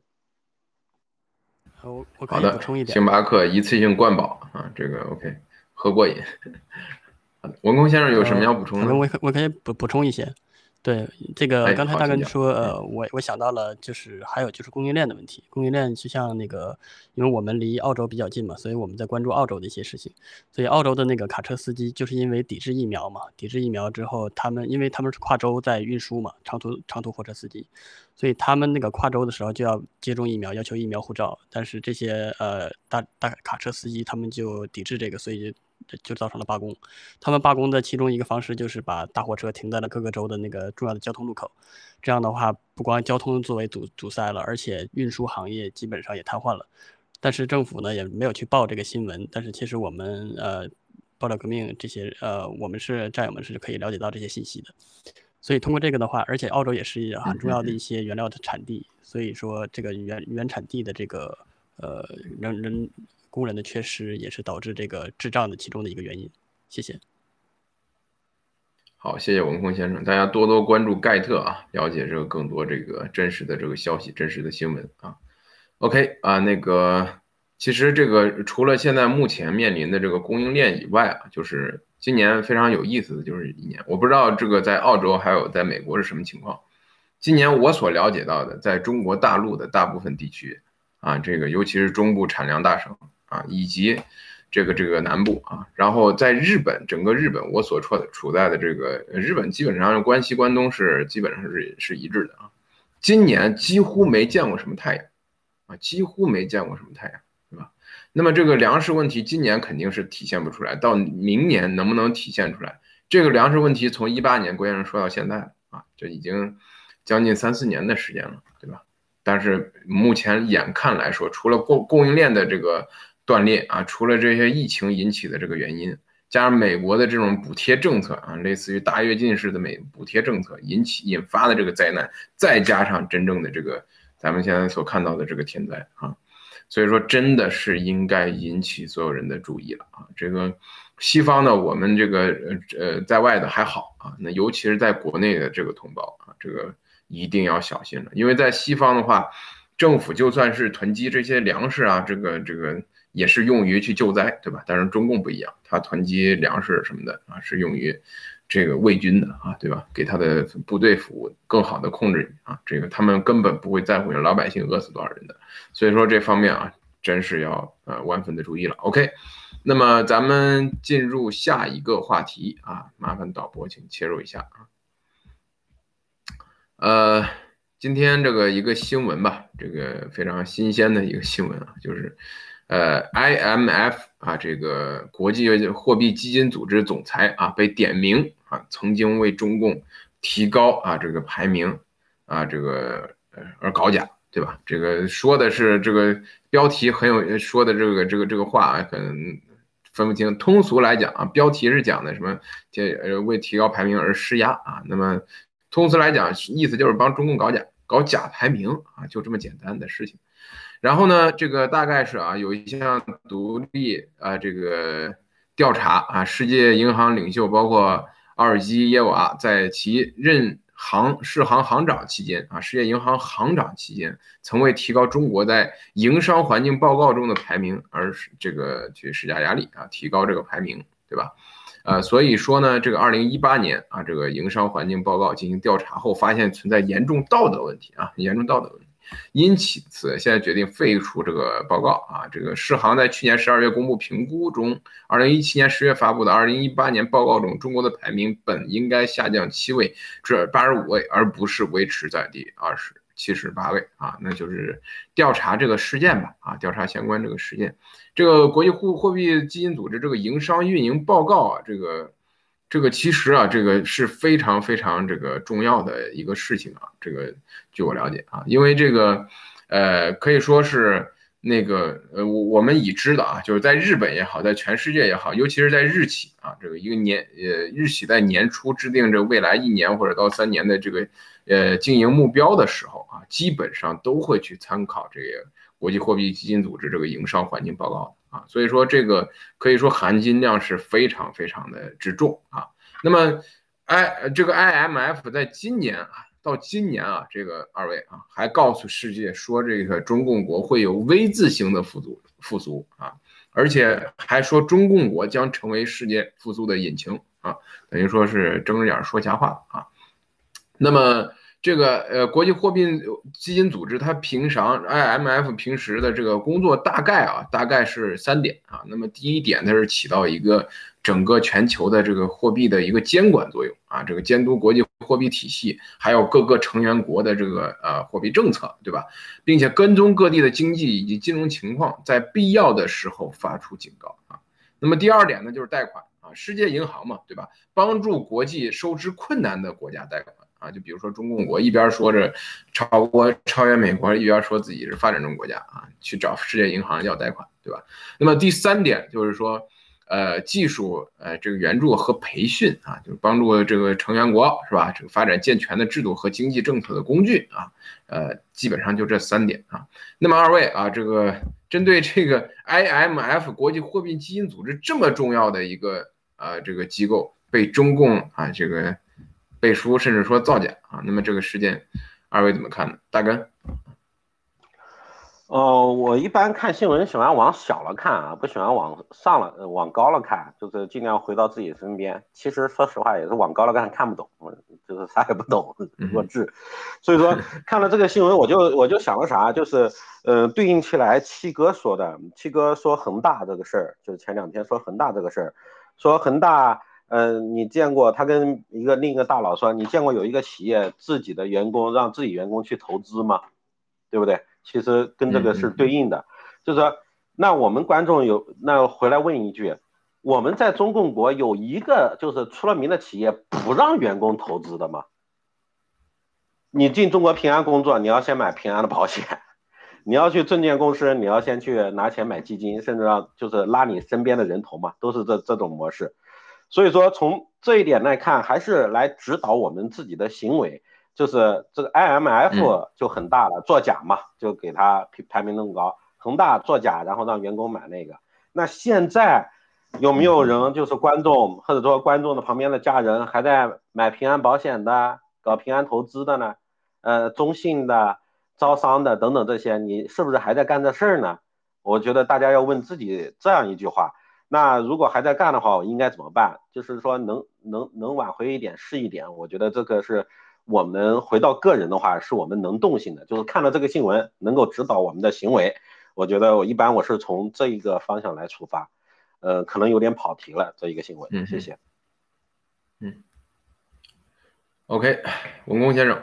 我我可以补充一点， 星巴克一次性灌饱啊，这个 OK， 喝过瘾。文空先生有什么要补充的？ 呃、我我可以补补充一些。对，这个刚才大根说，呃，我我想到了，就是还有就是供应链的问题。供应链就像那个，因为我们离澳洲比较近嘛，所以我们在关注澳洲的一些事情。所以澳洲的那个卡车司机就是因为抵制疫苗嘛，抵制疫苗之后，他们因为他们是跨州在运输嘛，长途长途货车司机，所以他们那个跨州的时候就要接种疫苗，要求疫苗护照。但是这些呃大大卡车司机他们就抵制这个，所以就。就造成了罢工，他们罢工的其中一个方式就是把大货车停在了各个州的那个重要的交通路口，这样的话，不光交通作为阻阻塞了，而且运输行业基本上也瘫痪了。但是政府呢也没有去报这个新闻，但是其实我们呃爆料革命这些呃我们是战友们是可以了解到这些信息的。所以通过这个的话，而且澳洲也是很重要的一些原料的产地，所以说这个原原产地的这个呃人人。工人的缺失也是导致这个滞胀的其中的一个原因。谢谢。 好，谢谢文空先生，大家多多关注盖特啊，了解这个更多这个真实的这个消息、真实的新闻啊。OK 啊，那个其实这个除了现在目前面临的这个供应链以外啊，就是今年非常有意思的就是一年，我不知道这个在澳洲还有在美国是什么情况。今年我所了解到的，在中国大陆的大部分地区啊，这个尤其是中部产量大省啊，以及这个这个南部啊，然后在日本，整个日本我所处的处在的这个日本基本上关西关东是基本上是是一致的啊，今年几乎没见过什么太阳啊，几乎没见过什么太阳，对吧？那么这个粮食问题今年肯定是体现不出来，到明年能不能体现出来？这个粮食问题从一八年郭先生说到现在啊，这已经将近三四年的时间了，对吧？但是目前眼看来说，除了供供应链的这个断裂啊，除了这些疫情引起的这个原因，加上美国的这种补贴政策啊，类似于大跃进式的美补贴政策引起引发的这个灾难，再加上真正的这个咱们现在所看到的这个天灾啊，所以说真的是应该引起所有人的注意了啊。这个西方呢，我们这个呃在外的还好啊，那尤其是在国内的这个同胞啊，这个一定要小心了，因为在西方的话，政府就算是囤积这些粮食啊，这个这个也是用于去救灾，对吧？但是中共不一样，它囤积粮食什么的啊，是用于这个卫军的啊，对吧？给他的部队服务，更好的控制你啊，这个他们根本不会在乎老百姓饿死多少人的，所以说这方面啊，真是要呃万分的注意了。OK， 那么咱们进入下一个话题啊，麻烦导播请切入一下啊。呃，今天这个一个新闻吧，这个非常新鲜的一个新闻啊，就是呃 I M F 啊，这个国际货币基金组织总裁啊被点名啊，曾经为中共提高啊这个排名啊这个呃而搞假，对吧？这个说的是这个标题很有说的这个这个这个话啊，可能分不清。通俗来讲啊，标题是讲的什么这呃为提高排名而施压啊，那么通俗来讲意思就是帮中共搞假搞假排名啊，就这么简单的事情。然后呢，这个大概是啊，有一项独立啊这个调查啊，世界银行领袖包括奥尔基耶娃在其任行世行行长期间啊，世界银行行长期间，曾为提高中国在营商环境报告中的排名而这个去施加压力啊，提高这个排名，对吧？呃，所以说呢，这个二零一八年啊，这个营商环境报告进行调查后，发现存在严重道德问题啊，严重道德问题。因此，现在决定废除这个报告啊。这个世行在去年十二月公布评估中，二零一七年十月发布的二零一八年报告中，中国的排名本应该下降七位至八十五位，而不是维持在第二十七十八位啊。那就是调查这个事件吧啊，调查相关这个事件。这个国际货货币基金组织这个营商运营报告啊，这个。这个其实啊，这个是非常非常这个重要的一个事情啊。这个据我了解啊，因为这个呃可以说是那个呃我我们已知的啊，就是在日本也好，在全世界也好，尤其是在日企啊，这个一个年呃日企在年初制定这未来一年或者到三年的这个呃经营目标的时候啊，基本上都会去参考这个国际货币基金组织这个营商环境报告。啊，所以说这个可以说含金量是非常非常的之重啊。那么 I 这个 I M F 在今年啊，到今年啊，这个二位啊还告诉世界说这个中共国会有 V 字形的复苏复苏啊，而且还说中共国将成为世界复苏的引擎啊，等于说是睁着眼说瞎话啊。那么这个呃，国际货币基金组织它平常 I M F 平时的这个工作大概啊，大概是三点啊。那么第一点，它是起到一个整个全球的这个货币的一个监管作用啊，这个监督国际货币体系，还有各个成员国的这个呃货币政策，对吧？并且跟踪各地的经济以及金融情况，在必要的时候发出警告啊。那么第二点呢，就是贷款啊，世界银行嘛，对吧？帮助国际收支困难的国家贷款。啊，就比如说中共国一边说着超过超越美国，一边说自己是发展中国家啊，去找世界银行要贷款，对吧？那么第三点就是说，呃，技术呃这个援助和培训啊，就是帮助这个成员国是吧？这个发展健全的制度和经济政策的工具啊，呃，基本上就这三点啊。那么二位啊，这个针对这个 I M F 国际货币基金组织这么重要的一个呃这个机构被中共啊这个。背书甚至说造假啊，那么这个事件，二位怎么看呢？大根？ 哦，我一般看新闻喜欢往小了看啊，不喜欢往上了、呃往高了看，就是尽量回到自己身边。其实说实话，也是往高了看看不懂，就是啥也不懂，弱智。所以说看了这个新闻，我就我就想了啥，就是呃，对应起来七哥说的，七哥说恒大这个事儿，就是前两天说恒大这个事儿，说恒大，呃，你见过他跟一个另一个大佬说，你见过有一个企业自己的员工让自己员工去投资吗？对不对？其实跟这个是对应的，就是说，那我们观众有那回来问一句，我们在中共国有一个就是出了名的企业不让员工投资的吗？你进中国平安工作，你要先买平安的保险，你要去证券公司，你要先去拿钱买基金，甚至让就是拉你身边的人头嘛，都是这这种模式。所以说从这一点来看，还是来指导我们自己的行为。就是这个 I M F 就很大了，作假嘛，就给他排名那么高。恒大作假，然后让员工买那个。那现在有没有人就是观众或者说观众的旁边的家人还在买平安保险的、搞平安投资的呢？呃，中信的、招商的等等这些，你是不是还在干这事儿呢？我觉得大家要问自己这样一句话。那如果还在干的话，我应该怎么办？就是说能能能挽回一点是一点，我觉得这个是。我们回到个人的话，是我们能动性的，就是看到这个新闻能够指导我们的行为。我觉得我一般我是从这一个方向来出发，呃，可能有点跑题了这一个新闻。嗯，谢谢。 嗯 ，OK， 文工先生。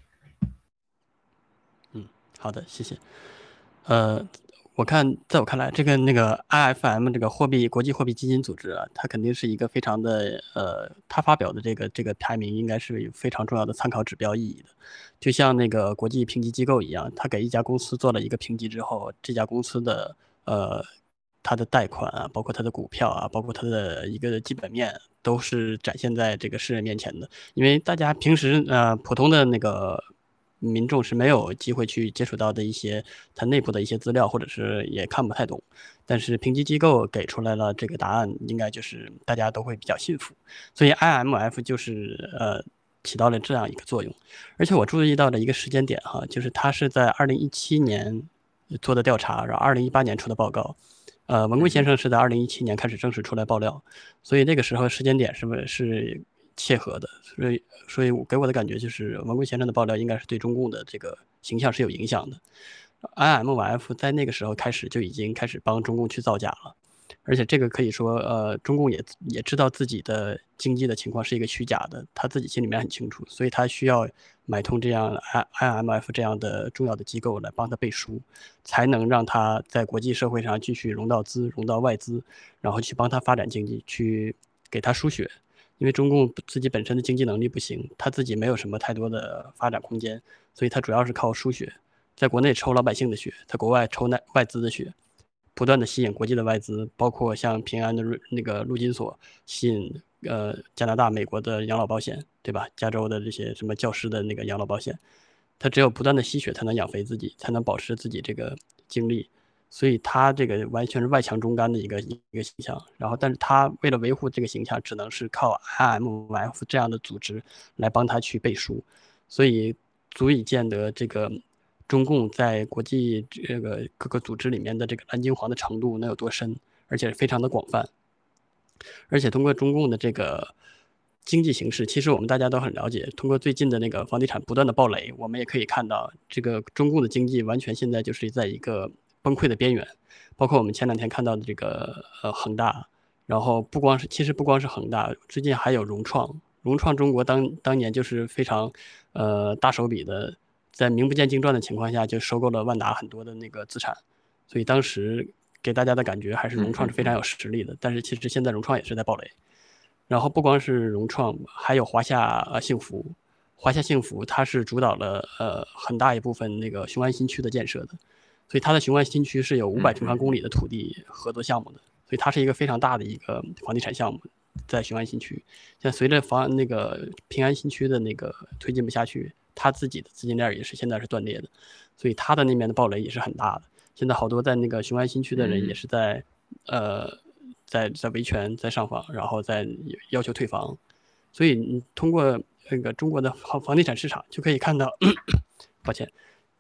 嗯，好的，谢谢。呃。我看，在我看来，这个那个 I F M 这个货币国际货币基金组织啊，它肯定是一个非常的呃，它发表的这个这个排名应该是有非常重要的参考指标意义的。就像那个国际评级机构一样，它给一家公司做了一个评级之后，这家公司的呃它的贷款啊，包括它的股票啊，包括它的一个基本面，都是展现在这个世人面前的。因为大家平时呃普通的那个。民众是没有机会去接触到的一些它内部的一些资料，或者是也看不太懂。但是评级机构给出来了这个答案，应该就是大家都会比较信服。所以 I M F 就是呃起到了这样一个作用。而且我注意到的一个时间点哈，就是它是在二零一七年做的调查，然后二零一八年出的报告。呃，文贵先生是在二零一七年开始正式出来爆料，所以那个时候时间点是不是是？切合的，所以，所以我给我的感觉就是，文贵先生的爆料应该是对中共的这个形象是有影响的。I M F 在那个时候开始就已经开始帮中共去造假了，而且这个可以说，呃，中共也也知道自己的经济的情况是一个虚假的，他自己心里面很清楚，所以他需要买通这样 I M F 这样的重要的机构来帮他背书，才能让他在国际社会上继续融到资、融到外资，然后去帮他发展经济，去给他输血。因为中共自己本身的经济能力不行，他自己没有什么太多的发展空间，所以他主要是靠输血，在国内抽老百姓的血，在国外抽外外资的血，不断的吸引国际的外资，包括像平安的那个陆金所吸引呃加拿大、美国的养老保险，对吧？加州的这些什么教师的那个养老保险，他只有不断的吸血才能养肥自己，才能保持自己这个精力。所以他这个完全是外强中干的一个一个形象，然后但是他为了维护这个形象，只能是靠 I M F 这样的组织来帮他去背书，所以足以见得这个中共在国际这个各个组织里面的这个蓝金黄的程度能有多深，而且非常的广泛。而且通过中共的这个经济形势，其实我们大家都很了解，通过最近的那个房地产不断的暴雷，我们也可以看到这个中共的经济完全现在就是在一个崩溃的边缘，包括我们前两天看到的这个呃恒大，然后不光是其实不光是恒大，最近还有融创，融创中国当当年就是非常呃大手笔的，在名不见经传的情况下就收购了万达很多的那个资产，所以当时给大家的感觉还是融创是非常有实力的，但是其实现在融创也是在暴雷。然后不光是融创，还有华夏呃幸福，华夏幸福它是主导了呃很大一部分那个雄安新区的建设的。所以它的雄安新区是有五百平方公里的土地合作项目的，所以它是一个非常大的一个房地产项目，在雄安新区。现在随着房那个平安新区的那个推进不下去，它自己的资金链也是现在是断裂的，所以它的那边的暴雷也是很大的。现在好多在那个雄安新区的人也是在呃在在维权，在上访，然后在要求退房。所以你通过那个中国的房房地产市场就可以看到，抱歉。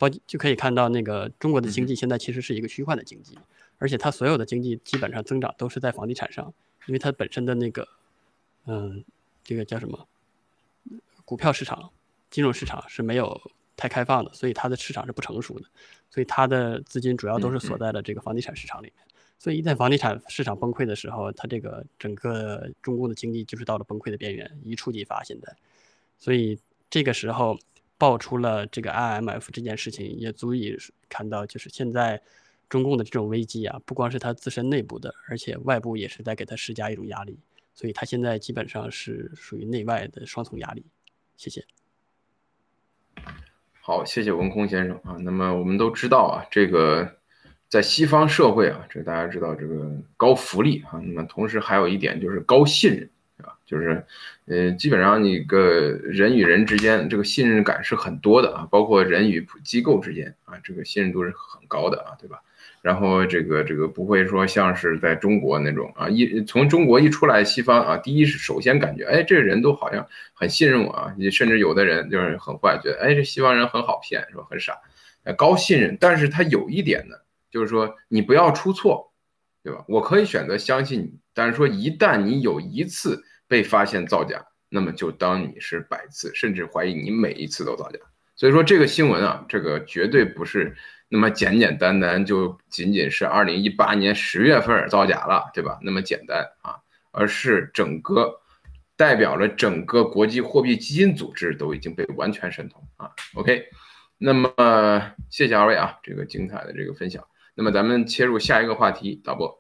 包就可以看到那个中国的经济现在其实是一个虚幻的经济，而且它所有的经济基本上增长都是在房地产上，因为它本身的那个嗯这个叫什么股票市场、金融市场是没有太开放的，所以它的市场是不成熟的，所以它的资金主要都是锁在了这个房地产市场里面。所以一旦房地产市场崩溃的时候，它这个整个中共的经济就是到了崩溃的边缘，一触即发。现在，所以这个时候爆出了这个 I M F 这件事情，也足以看到，就是现在中共的这种危机啊，不光是它自身内部的，而且外部也是在给它施加一种压力。所以它现在基本上是属于内外的双重压力。谢谢。 好，谢谢文空先生啊。那么我们都知道啊，这个在西方社会啊，这个大家知道这个高福利啊，那么同时还有一点就是高信任，对吧？就是呃，基本上你个人与人之间这个信任感是很多的啊，包括人与机构之间啊，这个信任度是很高的啊，对吧？然后这个这个不会说像是在中国那种啊，一从中国一出来西方啊，第一是首先感觉哎，这个人都好像很信任我啊，甚至有的人就是很坏，觉得哎这西方人很好骗是吧，很傻，高信任。但是他有一点呢，就是说你不要出错，对吧？我可以选择相信你，但是说一旦你有一次被发现造假，那么就当你是百次，甚至怀疑你每一次都造假。所以说这个新闻啊，这个绝对不是那么简简单单就仅仅是二零一八年十月份造假了，对吧？那么简单啊，而是整个代表了整个国际货币基金组织都已经被完全渗透啊。OK， 那么谢谢二位啊，这个精彩的这个分享。那么咱们切入下一个话题，导播。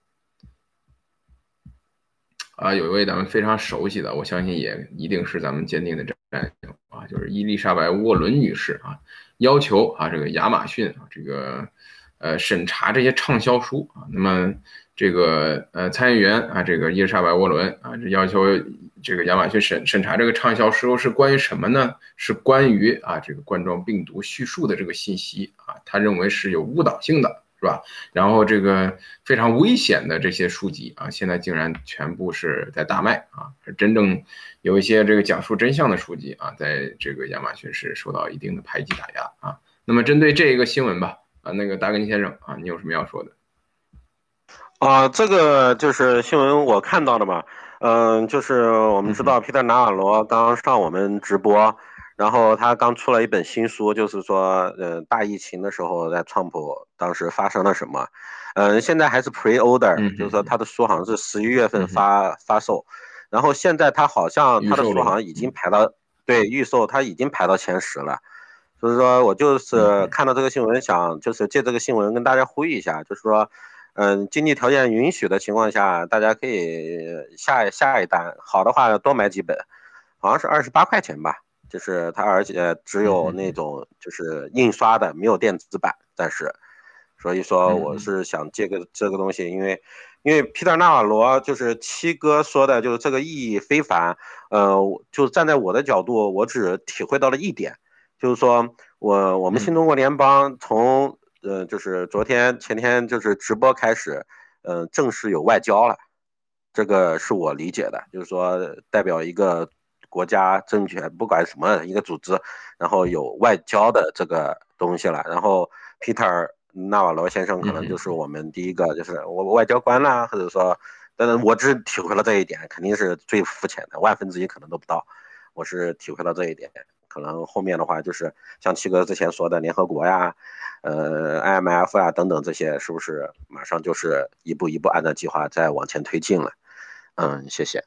啊，有一位咱们非常熟悉的，我相信也一定是咱们坚定的战友啊，就是伊丽莎白·沃伦女士啊，要求啊这个亚马逊啊这个呃审查这些畅销书啊。那么这个呃参议员啊，这个伊丽莎白·沃伦啊，这要求这个亚马逊审审查这个畅销书是关于什么呢？是关于啊这个冠状病毒叙述的这个信息啊，他认为是有误导性的。是吧？然后这个非常危险的这些书籍啊，现在竟然全部是在大卖啊！真正有一些这个讲述真相的书籍啊，在这个亚马逊是受到一定的排挤打压啊。那么针对这一个新闻吧，啊，那个达根先生啊，你有什么要说的？ 啊、呃，这个就是新闻我看到的嘛，嗯、呃，就是我们知道皮特纳瓦罗刚上我们直播。然后他刚出了一本新书，就是说，呃，大疫情的时候，在川普当时发生了什么？嗯、呃，现在还是 pre-order，、嗯、就是说他的书好像是十一月份发、嗯、发售，然后现在他好像他的书好像已经排到对预售，他已经排到前十了。所以说我就是看到这个新闻，想就是借这个新闻跟大家呼吁一下，就是说，嗯、呃，经济条件允许的情况下，大家可以下下一单，好的话多买几本，好像是二十八块钱吧。就是它，而且只有那种就是印刷的，没有电子版，暂时。所以说，我是想借个这个东西，因为因为皮特纳瓦罗就是七哥说的，就是这个意义非凡。呃，就站在我的角度，我只体会到了一点，就是说我我们新中国联邦从呃就是昨天前天就是直播开始，呃正式有外交了，这个是我理解的，就是说代表一个。国家政权不管什么一个组织，然后有外交的这个东西了。然后 Peter 纳瓦罗先生可能就是我们第一个，就是我外交官啦，或者说，但是我只体会了这一点，肯定是最肤浅的，万分之一可能都不到。我是体会到这一点，可能后面的话就是像七哥之前说的联合国呀、呃 I M F 啊等等这些，是不是马上就是一步一步按照计划再往前推进了？嗯，谢谢。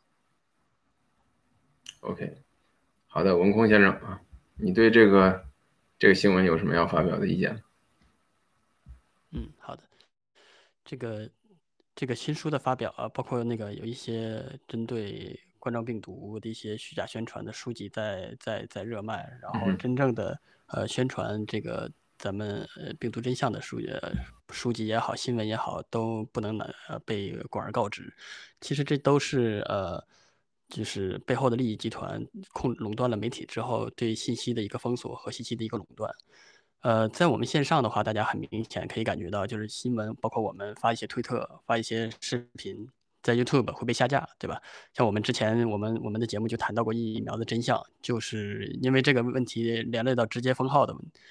OK， 好的，文空先生啊，你对这个这个新闻有什么要发表的意见？ 嗯，好的。这个这个新书的发表啊，包括那个有一些针对冠状病毒的一些虚假宣传的书籍在在在热卖，然后真正的呃宣传这个咱们呃病毒真相的书呃书籍也好，新闻也好，都不能呃被广而告之。其实这都是呃。就是背后的利益集团控垄断了媒体之后，对信息的一个封锁和信息的一个垄断。呃，在我们线上的话，大家很明显可以感觉到，就是新闻，包括我们发一些推特、发一些视频，在 YouTube 会被下架，对吧？像我们之前我们我们的节目就谈到过疫苗的真相，就是因为这个问题连累到直接封号的问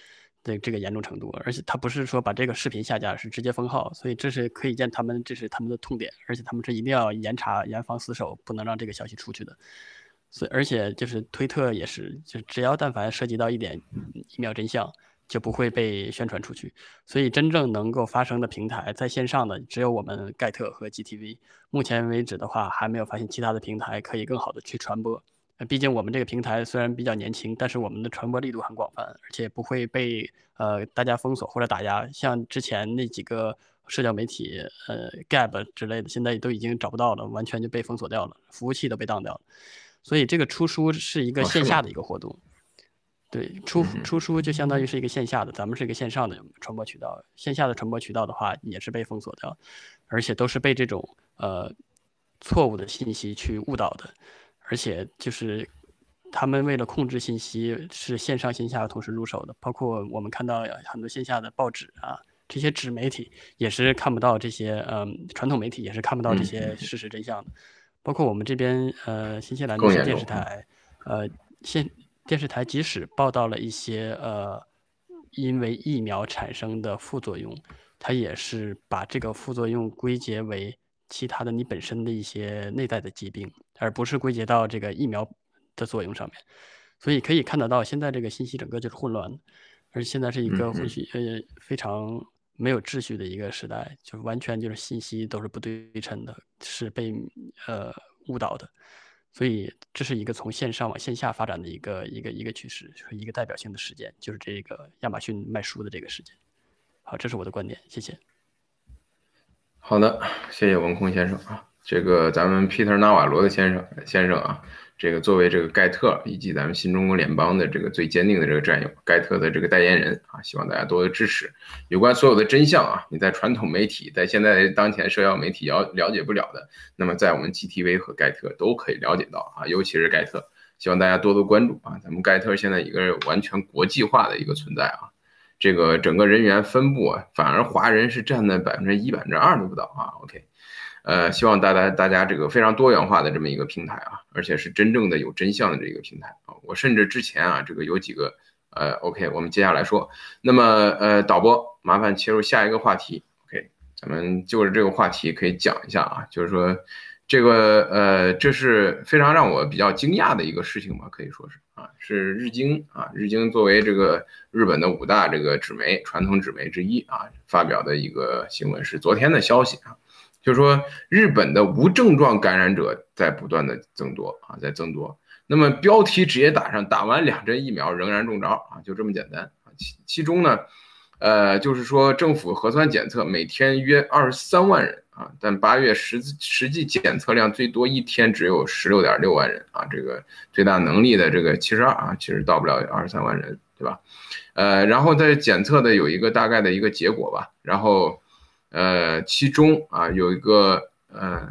的这个严重程度，而且他不是说把这个视频下架，是直接封号，所以这是可以见他们这是他们的痛点，而且他们是一定要严查严防死守，不能让这个消息出去的。所以而且就是推特也是，就只要但凡涉及到一点疫苗真相，就不会被宣传出去。所以真正能够发声的平台，在线上的只有我们盖特和 G T V。目前为止的话，还没有发现其他的平台可以更好的去传播。毕竟我们这个平台虽然比较年轻，但是我们的传播力度很广泛，而且不会被呃大家封锁或者打压。像之前那几个社交媒体，呃 Gab 之类的，现在都已经找不到了，完全就被封锁掉了，服务器都被当掉了。所以这个出书是一个线下的一个活动。对，出出书就相当于是一个线下的，咱们是一个线上的传播渠道。线下的传播渠道的话，也是被封锁掉，而且都是被这种呃错误的信息去误导的。而且就是他们为了控制信息，是线上线下同时入手的，包括我们看到很多线下的报纸啊，这些纸媒体也是看不到这些，嗯，传统媒体也是看不到这些事实真相的。包括我们这边呃新西兰的电视台，呃现电视台即使报道了一些呃因为疫苗产生的副作用，它也是把这个副作用归结为其他的你本身的一些内在的疾病，而不是归结到这个疫苗的作用上面。所以可以看得到，现在这个信息整个就是混乱的，而且现在是一个混序呃非常没有秩序的一个时代，就是完全就是信息都是不对称的，是被呃误导的。所以这是一个从线上往线下发展的一个一个一个趋势，是一个代表性的事件，就是这个亚马逊卖书的这个事件。好，这是我的观点，谢谢。 好的，谢谢文空先生啊。这个咱们 Peter 纳瓦罗的先生先生啊，这个作为这个盖特以及咱们新中国联邦的这个最坚定的这个战友，盖特的这个代言人啊，希望大家多多支持。有关所有的真相啊，你在传统媒体，在现在当前社交媒体了了解不了的，那么在我们 G T V 和盖特都可以了解到啊，尤其是盖特，希望大家多多关注啊。咱们盖特现在一个完全国际化的一个存在啊。这个整个人员分布啊，反而华人是占的百分之一、百分之二都不到啊。OK， 呃，希望大家大家这个非常多元化的这么一个平台啊，而且是真正的有真相的这个平台啊。我甚至之前啊，这个有几个呃 OK， 我们接下来说。那么呃，导播麻烦切入下一个话题。OK， 咱们就着这个话题可以讲一下啊，就是说这个呃，这是非常让我比较惊讶的一个事情吧，可以说是啊，是日经啊，日经作为这个日本的五大这个纸媒传统纸媒之一啊，发表的一个新闻是昨天的消息啊，就是说日本的无症状感染者在不断的增多啊，在增多。那么标题直接打上打完两针疫苗仍然中招啊，就这么简单啊。其其中呢，呃，就是说政府核酸检测每天约二十三万人。啊，但八月实实际检测量最多一天只有十六点六万人啊，这个最大能力的这个七十二啊，其实到不了二十三万人，对吧？呃，然后在检测的有一个大概的一个结果吧，然后呃，其中啊有一个呃，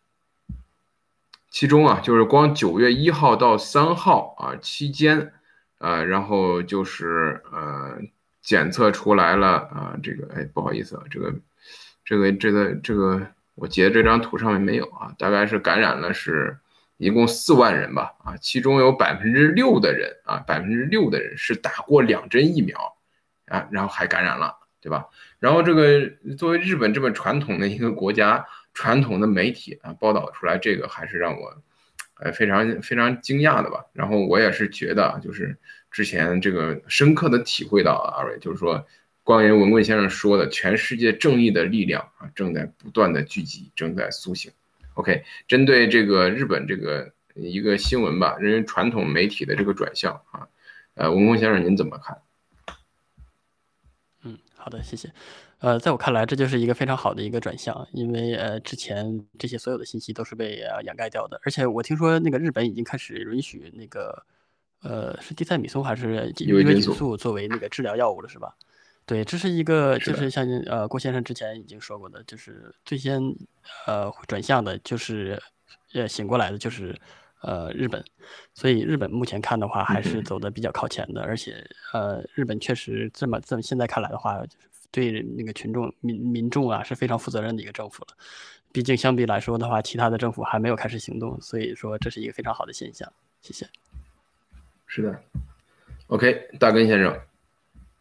其中啊就是光九月一号到三号啊期间，呃，然后就是呃检测出来了啊，这个哎不好意思啊，这个。这个这个这个，我截这张图上面没有啊，大概是感染了是一共四万人吧啊，其中有百分之六的人啊，百分之六的人是打过两针疫苗啊，然后还感染了，对吧？然后这个作为日本这么传统的一个国家，传统的媒体啊报道出来这个，还是让我呃非常非常惊讶的吧。然后我也是觉得，就是之前这个深刻的体会到啊，二位就是说。关于文贵先生说的，全世界正义的力量啊，正在不断的聚集，正在苏醒。OK， 针对这个日本这个一个新闻吧，人传统媒体的这个转向啊，呃，文贵先生您怎么看？ 嗯，好的，谢谢。呃，在我看来，这就是一个非常好的一个转向，因为呃，之前这些所有的信息都是被呃掩盖掉的，而且我听说那个日本已经开始允许那个呃是地塞米松还是伊维菌素作为那个治疗药物了，是吧？对，这是一个，就是像呃郭先生之前已经说过的，就是最先呃转向的，就是呃醒过来的，就是呃日本，所以日本目前看的话还是走的比较靠前的，而且呃日本确实这么这么现在看来的话，对那个群众民民众啊是非常负责任的一个政府了，毕竟相比来说的话，其他的政府还没有开始行动，所以说这是一个非常好的现象。谢谢。 是的 ，OK， 大根先生。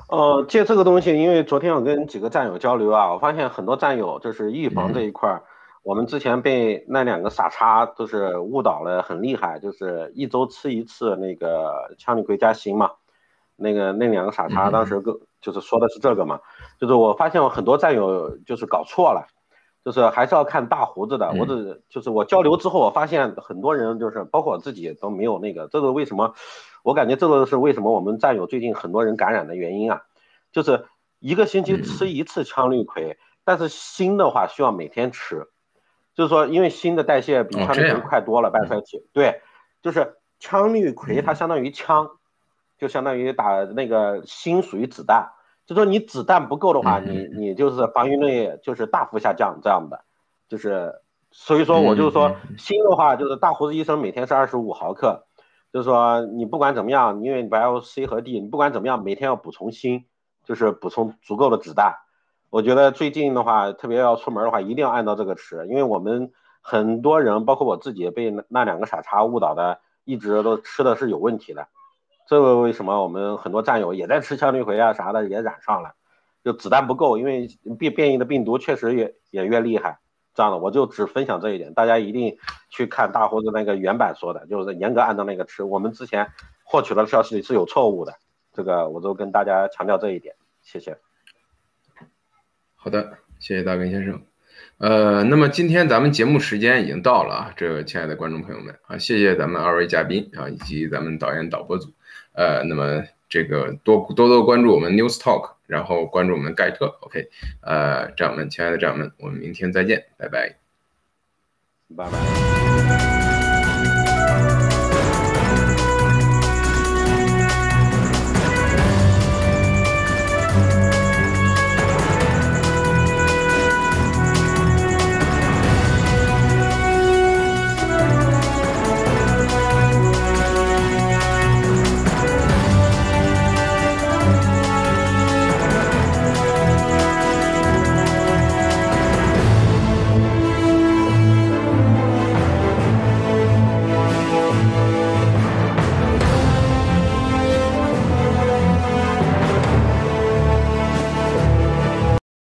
呃，借这个东西，因为昨天我跟几个战友交流啊，我发现很多战友就是预防这一块儿，我们之前被那两个傻叉都是误导了很厉害，就是一周吃一次那个羟氯喹加锌嘛，那个那两个傻叉当时个就是说的是这个嘛，就是我发现我很多战友就是搞错了。就是还是要看大胡子的，我只就是我交流之后，我发现很多人就是包括我自己都没有那个，这个为什么？我感觉这个是为什么我们战友最近很多人感染的原因啊，就是一个星期吃一次羟氯喹，但是锌的话需要每天吃，就是说因为锌的代谢比羟氯喹快多了，半衰期，对，就是羟氯喹它相当于枪，就相当于打那个锌属于子弹。就说你子弹不够的话，你你就是防御力就是大幅下降这样的，就是所以说我就是说锌的话，就是大胡子医生每天是二十五毫克，就是说你不管怎么样，因为你不要 C 和 D， 你不管怎么样每天要补充锌，就是补充足够的子弹。我觉得最近的话，特别要出门的话，一定要按照这个吃，因为我们很多人，包括我自己，被那两个傻叉误导的，一直都吃的是有问题的。这个为什么我们很多战友也在吃羟氯喹啊啥的也染上了，就子弹不够，因为变变异的病毒确实也也越厉害。这样的我就只分享这一点，大家一定去看大胡子那个原版说的，就是严格按照那个吃。我们之前获取的消息是有错误的，这个我都跟大家强调这一点，谢谢。 好的，谢谢大根先生。呃，那么今天咱们节目时间已经到了啊，这个亲爱的观众朋友们啊，谢谢咱们二位嘉宾啊，以及咱们导演导播组。呃，那么这个多多多关注我们 News Talk， 然后关注我们盖特 ，OK， 呃，战友们，亲爱的战友们，我们明天再见，拜拜， 拜拜。